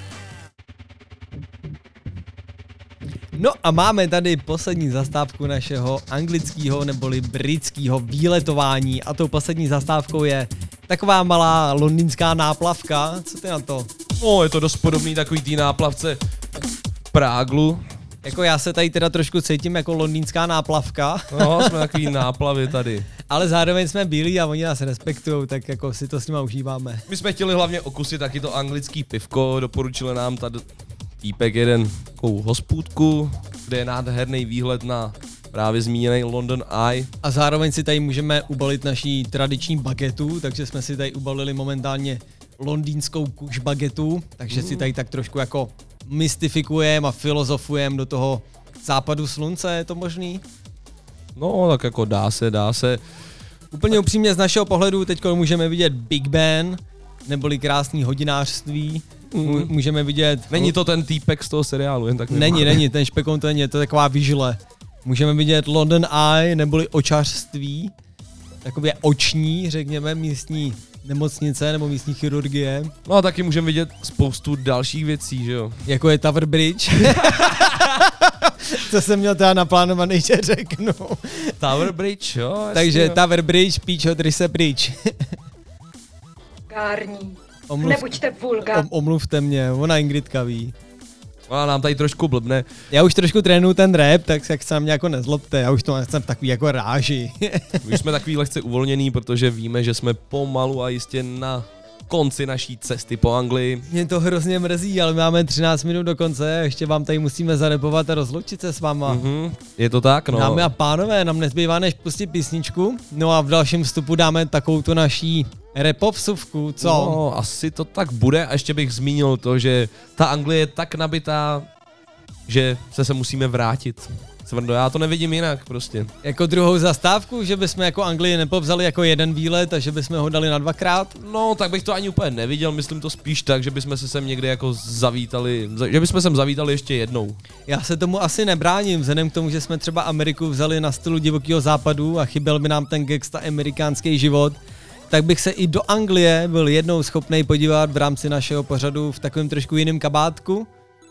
No a máme tady poslední zastávku našeho anglického neboli britského výletování a tou poslední zastávkou je taková malá londýnská náplavka. Co ty na to? No, je to dost podobný takový tý náplavce Práglu. Jako já se tady teda trošku cítím jako londýnská náplavka. No, jsme takový náplavy tady. Ale zároveň jsme bílí a oni nás respektujou, tak jako si to s nima užíváme. My jsme chtěli hlavně okusit taky to anglický pivko, doporučili nám tady týpek jeden takovou hospůdku, kde je nádherný výhled na právě zmíněný London Eye. A zároveň si tady můžeme ubalit naší tradiční bagetu, takže jsme si tady ubalili momentálně londýnskou kuš bagetu, takže mm. si tady tak trošku jako mystifikujeme a filozofujeme do toho západu slunce, je to možný? No, tak jako dá se, dá se. Úplně upřímně z našeho pohledu teď můžeme vidět Big Ben, neboli krásný hodinářství. Mm. Můžeme vidět... Není to ten týpek z toho seriálu, jen tak Není, není, ten špekon to není, to je taková vyžle. Můžeme vidět London Eye, neboli očařství. Takové oční, řekněme, místní nemocnice nebo místní chirurgie. No a taky můžeme vidět spoustu dalších věcí, že jo? Jako je Tower Bridge. Co jsem měl teda naplánovaný, že řeknu. Tower Bridge, jo? Jasný, Takže jo. Tower Bridge, Píčo, Trise Bridge. Vulgární. Omluv, Nebuďte vulgární. om, omluvte mě, ona Ingridka ví. Ona nám tady trošku blbne. Já už trošku trénuju ten rap, tak se na mě jako nezlobte, já už to jsem takový jako ráži. My jsme takový lehce uvolněný, protože víme, že jsme pomalu a jistě na konci naší cesty po Anglii. Mě to hrozně mrzí, ale máme třináct minut do konce a ještě vám tady musíme zarepovat a rozloučit se s váma. Mm-hmm. Je to tak, no. Dámy a pánové, nám nezbývá než pustit písničku, no a v dalším vstupu dáme takovou tu naší repovsuvku, co? No, asi to tak bude a ještě bych zmínil to, že ta Anglie je tak nabitá, že se se musíme vrátit. Svrndo, já to nevidím jinak prostě. Jako druhou zastávku, že bychom jako Anglii nepopsali jako jeden výlet a že bychom ho dali na dvakrát? No, tak bych to ani úplně neviděl, myslím to spíš tak, že bychom se sem někde jako zavítali, že bychom sem zavítali ještě jednou. Já se tomu asi nebráním, vzhledem k tomu, že jsme třeba Ameriku vzali na stylu divokého západu a chyběl by nám ten gangsta amerikánský život, tak bych se i do Anglie byl jednou schopnej podívat v rámci našeho pořadu v takovém trošku jiném kabátku.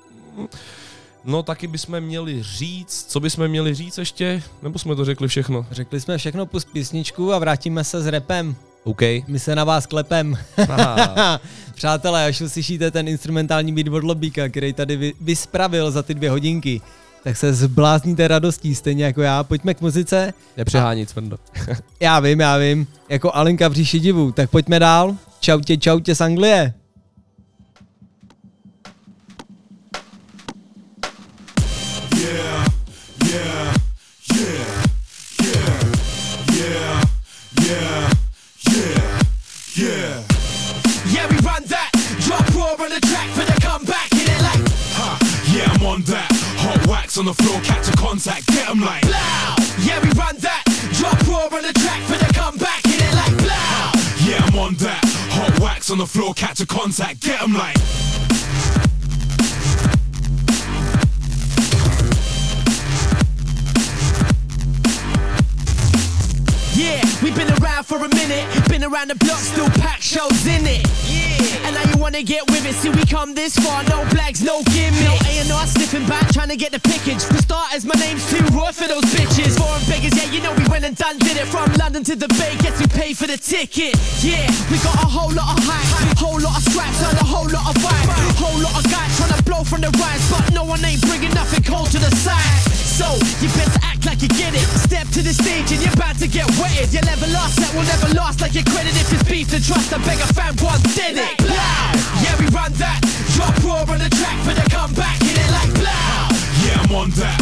No taky bychom měli říct, co bychom měli říct ještě, nebo jsme to řekli všechno? Řekli jsme všechno, pust písničku a vrátíme se s rapem. OK. My se na vás klepem. Přátelé, až uslyšíte ten instrumentální beat od Lobíka, který tady vy, vyspravil za ty dvě hodinky, tak se zblázníte radostí, stejně jako já. Pojďme k muzice. Nepřehánit, Svrndo. Já vím, já vím. Jako Alenka v říši divu. Tak pojďme dál. Čau tě, čau tě z Anglie. Yeah, yeah, yeah, yeah, yeah, yeah, yeah, yeah. Yeah, we run that. Drop raw on the track for the comeback. Hit it like, Ha, yeah, I'm on that. Hot wax on the floor, catch a contact, get 'em like blow. Yeah, we run that. Drop raw on the track for the comeback. Hit it like, blow. Yeah, I'm on that. Hot wax on the floor, catch a contact, get 'em like yeah, we've been around for a minute. Been around the block, still pack shows in it. Yeah, and now you wanna get with it. See, we come this far, no blags, no gimmicks. No A and R sniffing back, trying to get the pickage. For starters, my name's too raw for those bitches. Foreign beggars, yeah, you know we went and done did it. From London to the Bay, guess we paid for the ticket. Yeah, we got a whole lot of hype, whole lot of scraps, and a whole lot of vibe. Whole lot of guys trying to blow from the rise, but no one ain't bringing nothing cold to the side. So, you best act like you get it. Step to the stage and you're about to get wetted. You'll never last, that will never last like your credit. If it's beef, then trust, I beg a fan once did it. Blow! Yeah, we run that. Drop raw on the track for the comeback. Hit it like blow! yeah, I'm on that. Hot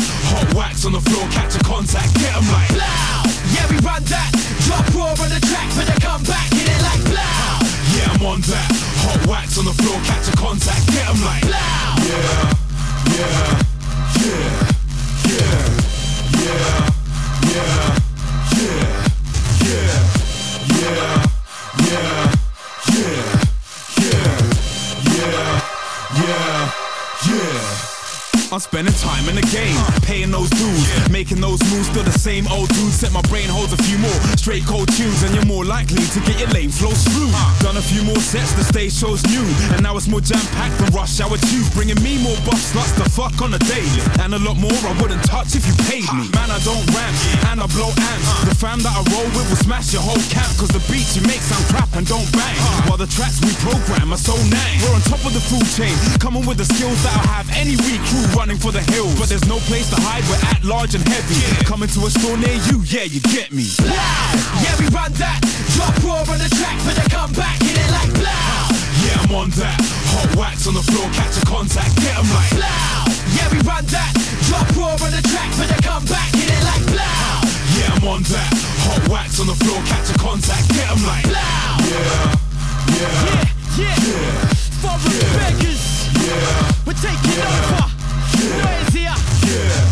Hot wax on the floor, catch a contact, get 'em like Blow! Yeah, we run that. Drop raw on the track, but they come back, hit it like blow! Yeah, I'm on that. Hot wax on the floor, catch a contact, get 'em like blow! Yeah, yeah, yeah, yeah, yeah, yeah, yeah, yeah, yeah, yeah, yeah, yeah, yeah, yeah, yeah. I'm spending time in the game, paying those dues, making those moves, still the same old dude. Set my brain holds a few more straight cold tunes, and you're more likely to get your lane flow through. Done a few more sets, the stage show's new, and now it's more jam-packed than rush hour tube, bringing me more buff sluts to fuck on a daily, and a lot more I wouldn't touch if you paid me. Man, I don't rap, and I blow amps. The fam that I roll with will smash your whole camp, cause the beats you make sound crap and don't bang, while the tracks we program are so nang. We're on top of the food chain, coming with the skills that'll have any weak crew running for the hills, but there's no place to hide, we're at large and heavy. Yeah. Coming to a store near you, yeah, you get me. Blow! Yeah, we run that. Drop raw on the track, but they come back, hit it like blow! Yeah, I'm on that. Hot wax on the floor, catch a contact, get 'em like blow! Yeah, we run that. Drop raw on the track, but they come back, hit it like blow! Yeah, I'm on that. Hot wax on the floor, catch a contact, get 'em like blow! Yeah, yeah, yeah, yeah, yeah. Foreign yeah. beggars, yeah. We're taking yeah. over. Yeah. Where's here? Yeah.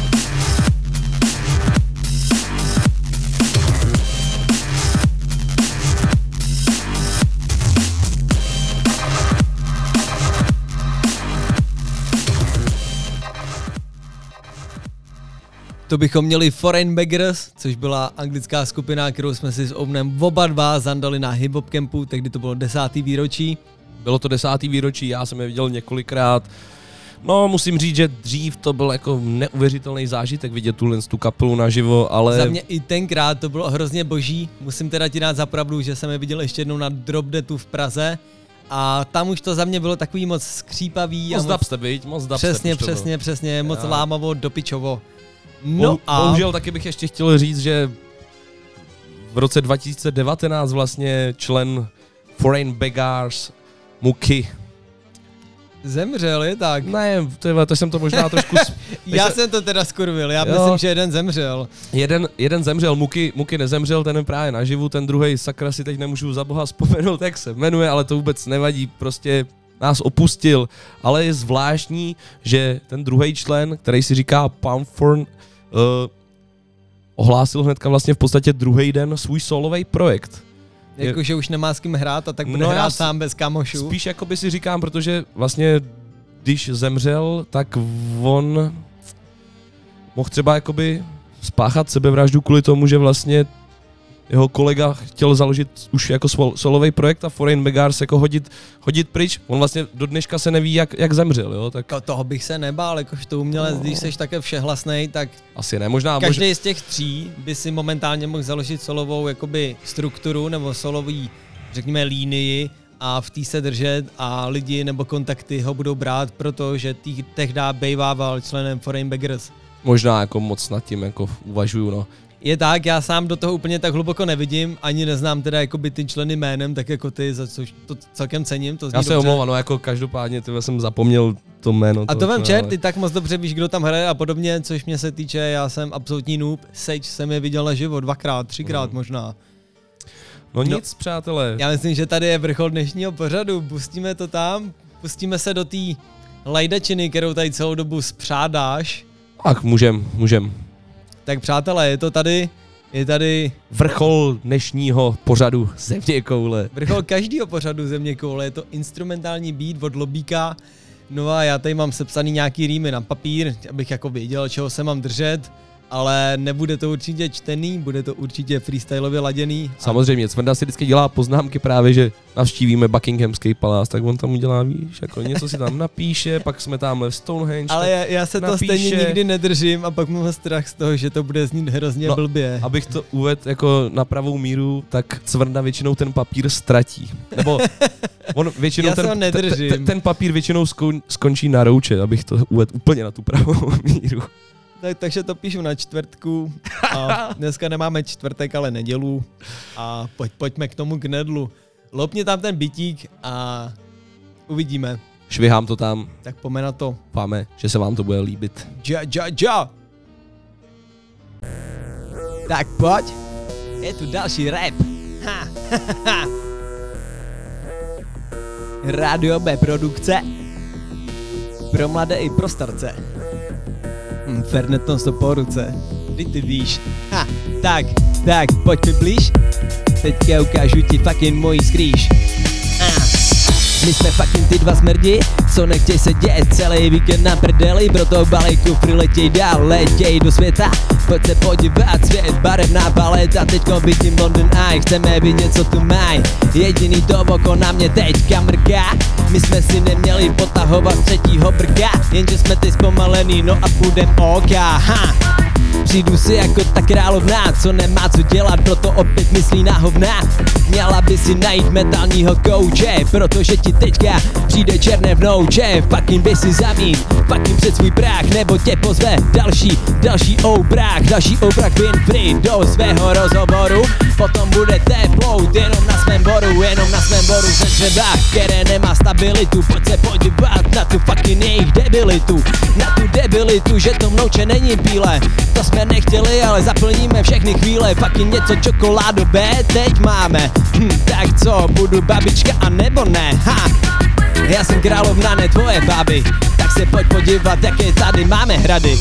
To bychom měli Foreign Beggars, což byla anglická skupina, kterou jsme si s Ovnem oba dva zandali na Hip Hop Campu, tehdy to bylo desátý výročí. Bylo to desátý výročí, já jsem je viděl několikrát. No, musím říct, že dřív to byl jako neuvěřitelný zážitek vidět tuhle tu kapelu naživo, ale... Za mě i tenkrát to bylo hrozně boží. Musím teda ti dát za pravdu, že jsem je viděl ještě jednou na Drop Deadu v Praze. A tam už to za mě bylo takový moc skřípavý. Moc a dubstep, viď? Moc dubstep. Přesně, přesně, přesně, moc Já. lámavo, dopičovo. No Bo, a... Bohužel taky bych ještě chtěl říct, že v roce dva tisíce devatenáct vlastně člen Foreign Beggars Muky zemřel, je tak? Ne, tyhle, to jsem to možná trošku... já jsem... jsem to teda skurvil, já jo. myslím, že jeden zemřel. Jeden, jeden zemřel, Muky, Muky nezemřel, ten je právě naživu, ten druhej sakra si teď nemůžu za boha vzpomenout, jak se jmenuje, ale to vůbec nevadí, prostě nás opustil, ale je zvláštní, že ten druhý člen, který si říká Pumthorn, uh, ohlásil hnedka vlastně v podstatě druhý den svůj solový projekt. Jakože už nemá s kým hrát a tak bude no hrát sám bez kamošů. Spíš jakoby si říkám, protože vlastně když zemřel, tak on mohl třeba jakoby spáchat sebevraždu kvůli tomu, že vlastně jeho kolega chtěl založit už jako solový projekt a Foreign Beggars jako hodit, hodit pryč. On vlastně do dneška se neví, jak, jak zemřel, jo? Tak... To, toho bych se nebál, jakož to umělec, no. Když seš také všehlasnej, tak asi ne, možná... Každý možná... z těch tří by si momentálně mohl založit solovou jakoby strukturu nebo solový, řekněme, línii a v té se držet a lidi nebo kontakty ho budou brát, protože tý, tehdy bejvával členem Foreign Beggars. Možná jako moc nad tím jako uvažuju, no. Je tak, já sám do toho úplně tak hluboko nevidím, ani neznám teda jakoby ty členy jménem, tak jako ty, za což to celkem cením. To já se omlouvám, no jako každopádně tyhle jsem zapomněl to jméno. A to vem čert, ale... ty tak moc dobře víš, kdo tam hraje a podobně, což mě se týče, já jsem absolutní noob, Sage jsem je viděl naživo dvakrát, třikrát mm. možná. No nic, no, přátelé. Já myslím, že tady je vrchol dnešního pořadu, pustíme to tam, pustíme se do té lajdačiny, kterou tady celou dobu spřádáš. Ach, můžem, můžem. Tak přátelé, je to tady, je tady... Vrchol dnešního pořadu Země koule. Vrchol každého pořadu Země koule, je to instrumentální beat od Lobíka. No a já tady mám sepsaný nějaký rýmy na papír, abych jako věděl, čeho se mám držet. Ale nebude to určitě čtený, bude to určitě freestylově laděný. Samozřejmě, Cvrnda si vždycky dělá poznámky právě, že navštívíme Buckinghamský palác, tak on tam udělá, víš, jako něco si tam napíše, pak jsme tamhle v Stonehenge. Ale já, já se napíše. To stejně nikdy nedržím a pak mám strach z toho, že to bude znít hrozně no, blbě. Abych to uvedl jako na pravou míru, tak Cvrnda většinou ten papír ztratí. Nebo on většinou ten, ten, ten papír většinou skon, skončí na rouče, abych to uvedl úplně na tu pravou míru. Tak, takže to píšu na čtvrtku a dneska nemáme čtvrtek, ale nedělu a pojď, pojďme k tomu knedlu. Lopně tam ten bitík a uvidíme. Švihám to tam. Tak pojďme na to. Doufáme, že se vám to bude líbit. Ja, ja, ja! Tak pojď. Je tu další rap. Ha, ha, ha. Radio B produkce. Pro mladé i pro starce. Hm, Fernet nos to po ruce. Kdy ty víš. Ha, tak, tak, pojď mi blíž. Teďka ukážu ti fucking mojí skrýš. Ah. My jsme fucking ty dva smrdi, co nechtěj se dět celý víkend na prdeli, proto balíku přiletěj dál, letěj do světa. Pojď se podívat, svět, barevná paleta, teďko vidím London Eye, chceme vidět, co tu maj. Jediný to oko na mě teďka mrká, my jsme si neměli potahovat z třetího brka, jenže jsme teď zpomalený, no a půjdem oka, ha. Přijdu si jako ta královna, co nemá co dělat, proto opět myslí na hovna. Měla by si najít metalního kouče, protože ti teďka přijde černé vnouče. Fucking běž si zamít, fucking před svůj prach, nebo tě pozve další, další obrák, další obrák Winfrey do svého rozhovoru. Potom bude teplout jenom na svém boru, jenom na svém boru ze dřeva, které nemá stabilitu. Pojď se podívat na tu fucking jejich debilitu, na tu debilitu, že to mnouče není bílé. To jsme nechtěli, ale zaplníme všechny chvíle. Fucking něco čokoládové teď máme. Hm, tak co, budu babička a nebo ne? Ha! Já jsem královna, ne tvoje babi. Tak se pojď podívat, jaké tady máme hrady.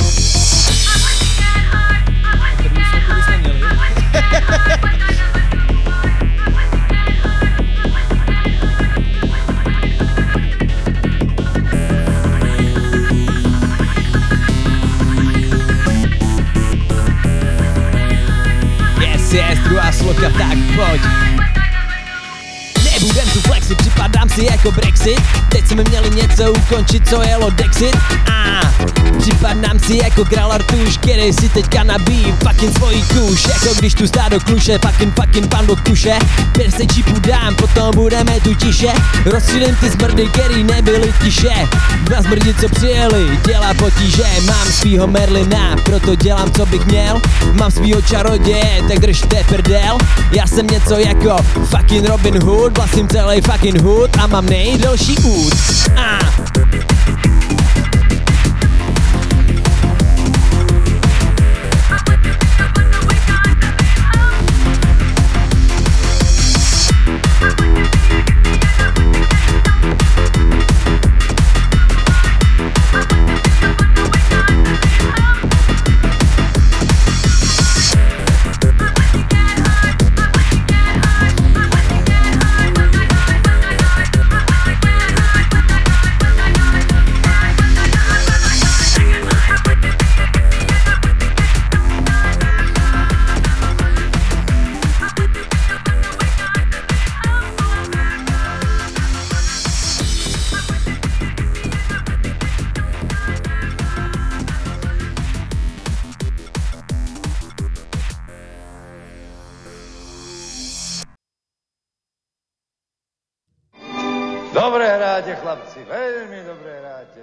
Yes, druhá sloka, tak pojď. Nebudem tu flexi, připadám si jako Brexit. Teď jsme měli něco ukončit, co jelo Dexit. Ah, připadám si jako král Artuš, který si teďka nabíjí fucking svojí kůž. Jako když tu stádo kluše, fucking fucking pan Bůh kuše. Pěr se čipu dám, potom budeme tu tiše. Rozstřílím ty zmrdy, který nebyly tiše. Dva zmrdi, co přijeli, dělá potíže. Mám svýho Merlina, proto dělám, co bych měl. Mám svýho čaroděje, tak držte prdel. Já jsem něco jako fucking Robin Hood, vlastním celý fucking hood a mám nejdelší út. Ah. Dobré hráte, chlapci, velmi dobré hráte.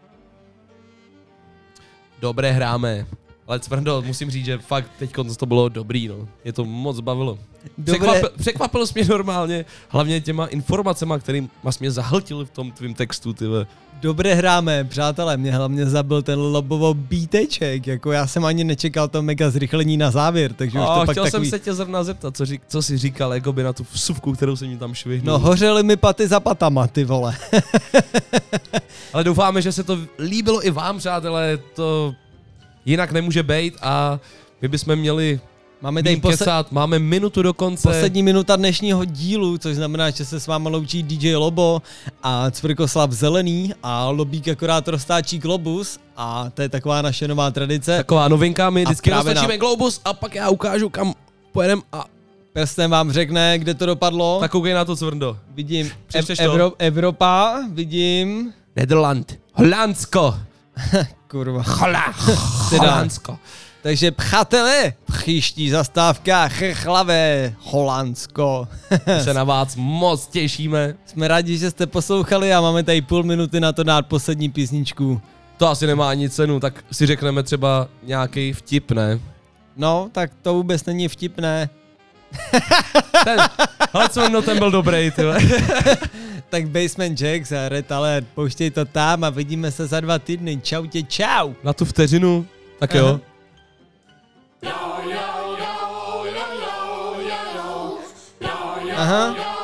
Dobré hráme. Ale Cvrndo, musím říct, že fakt teďko to bylo dobrý, no. Je to moc bavilo. Překvapil, překvapil jsi mě normálně, hlavně těma informacema, kterým jsi mě zahltil v tom tvým textu, tyhle. Dobré hráme, přátelé, mě hlavně zabil ten Lobovo bíteček, jako já jsem ani nečekal to mega zrychlení na závěr, takže už to A pak chtěl takový... jsem se tě zrovna zeptat, co, řík, co jsi říkal jakoby na tu vsuvku, kterou jsem mi tam švihnul. No hořely mi paty za patama, ty vole. Ale doufáme, že se to líbilo i vám, přátelé, to jinak nemůže být a my bychom měli Máme tady posled... kesat, máme minutu do konce. Poslední minuta dnešního dílu, což znamená, že se s váma loučí D J Lobo a Cvrkoslav Zelený a Lobík akorát roztáčí globus a to je taková naše nová tradice. Taková novinka, my vždycky roztáčíme na... globus a pak já ukážu, kam pojedem a... Prstem vám řekne, kde to dopadlo. Tak koukej na to, Cvrndo. Vidím ev- Evro- Evropa, vidím... Nederland, Holandsko. Kurva. Hola, Holandsko. Takže přátelé, příští zastávka Chrchlavé, Holandsko. Se na vás moc těšíme. Jsme rádi, že jste poslouchali a máme tady půl minuty na to dát poslední písničku. To asi nemá ani cenu, tak si řekneme třeba nějaký vtip, ne? No, tak to vůbec není vtipné. Ten, ale co no, ten byl dobrý, tyhle. Tak Basement Jacks a Red Alert, pouštěj to tam a vidíme se za dva týdny. Čau tě, čau. Na tu vteřinu, tak jo. Yo, yo, yo. Aha.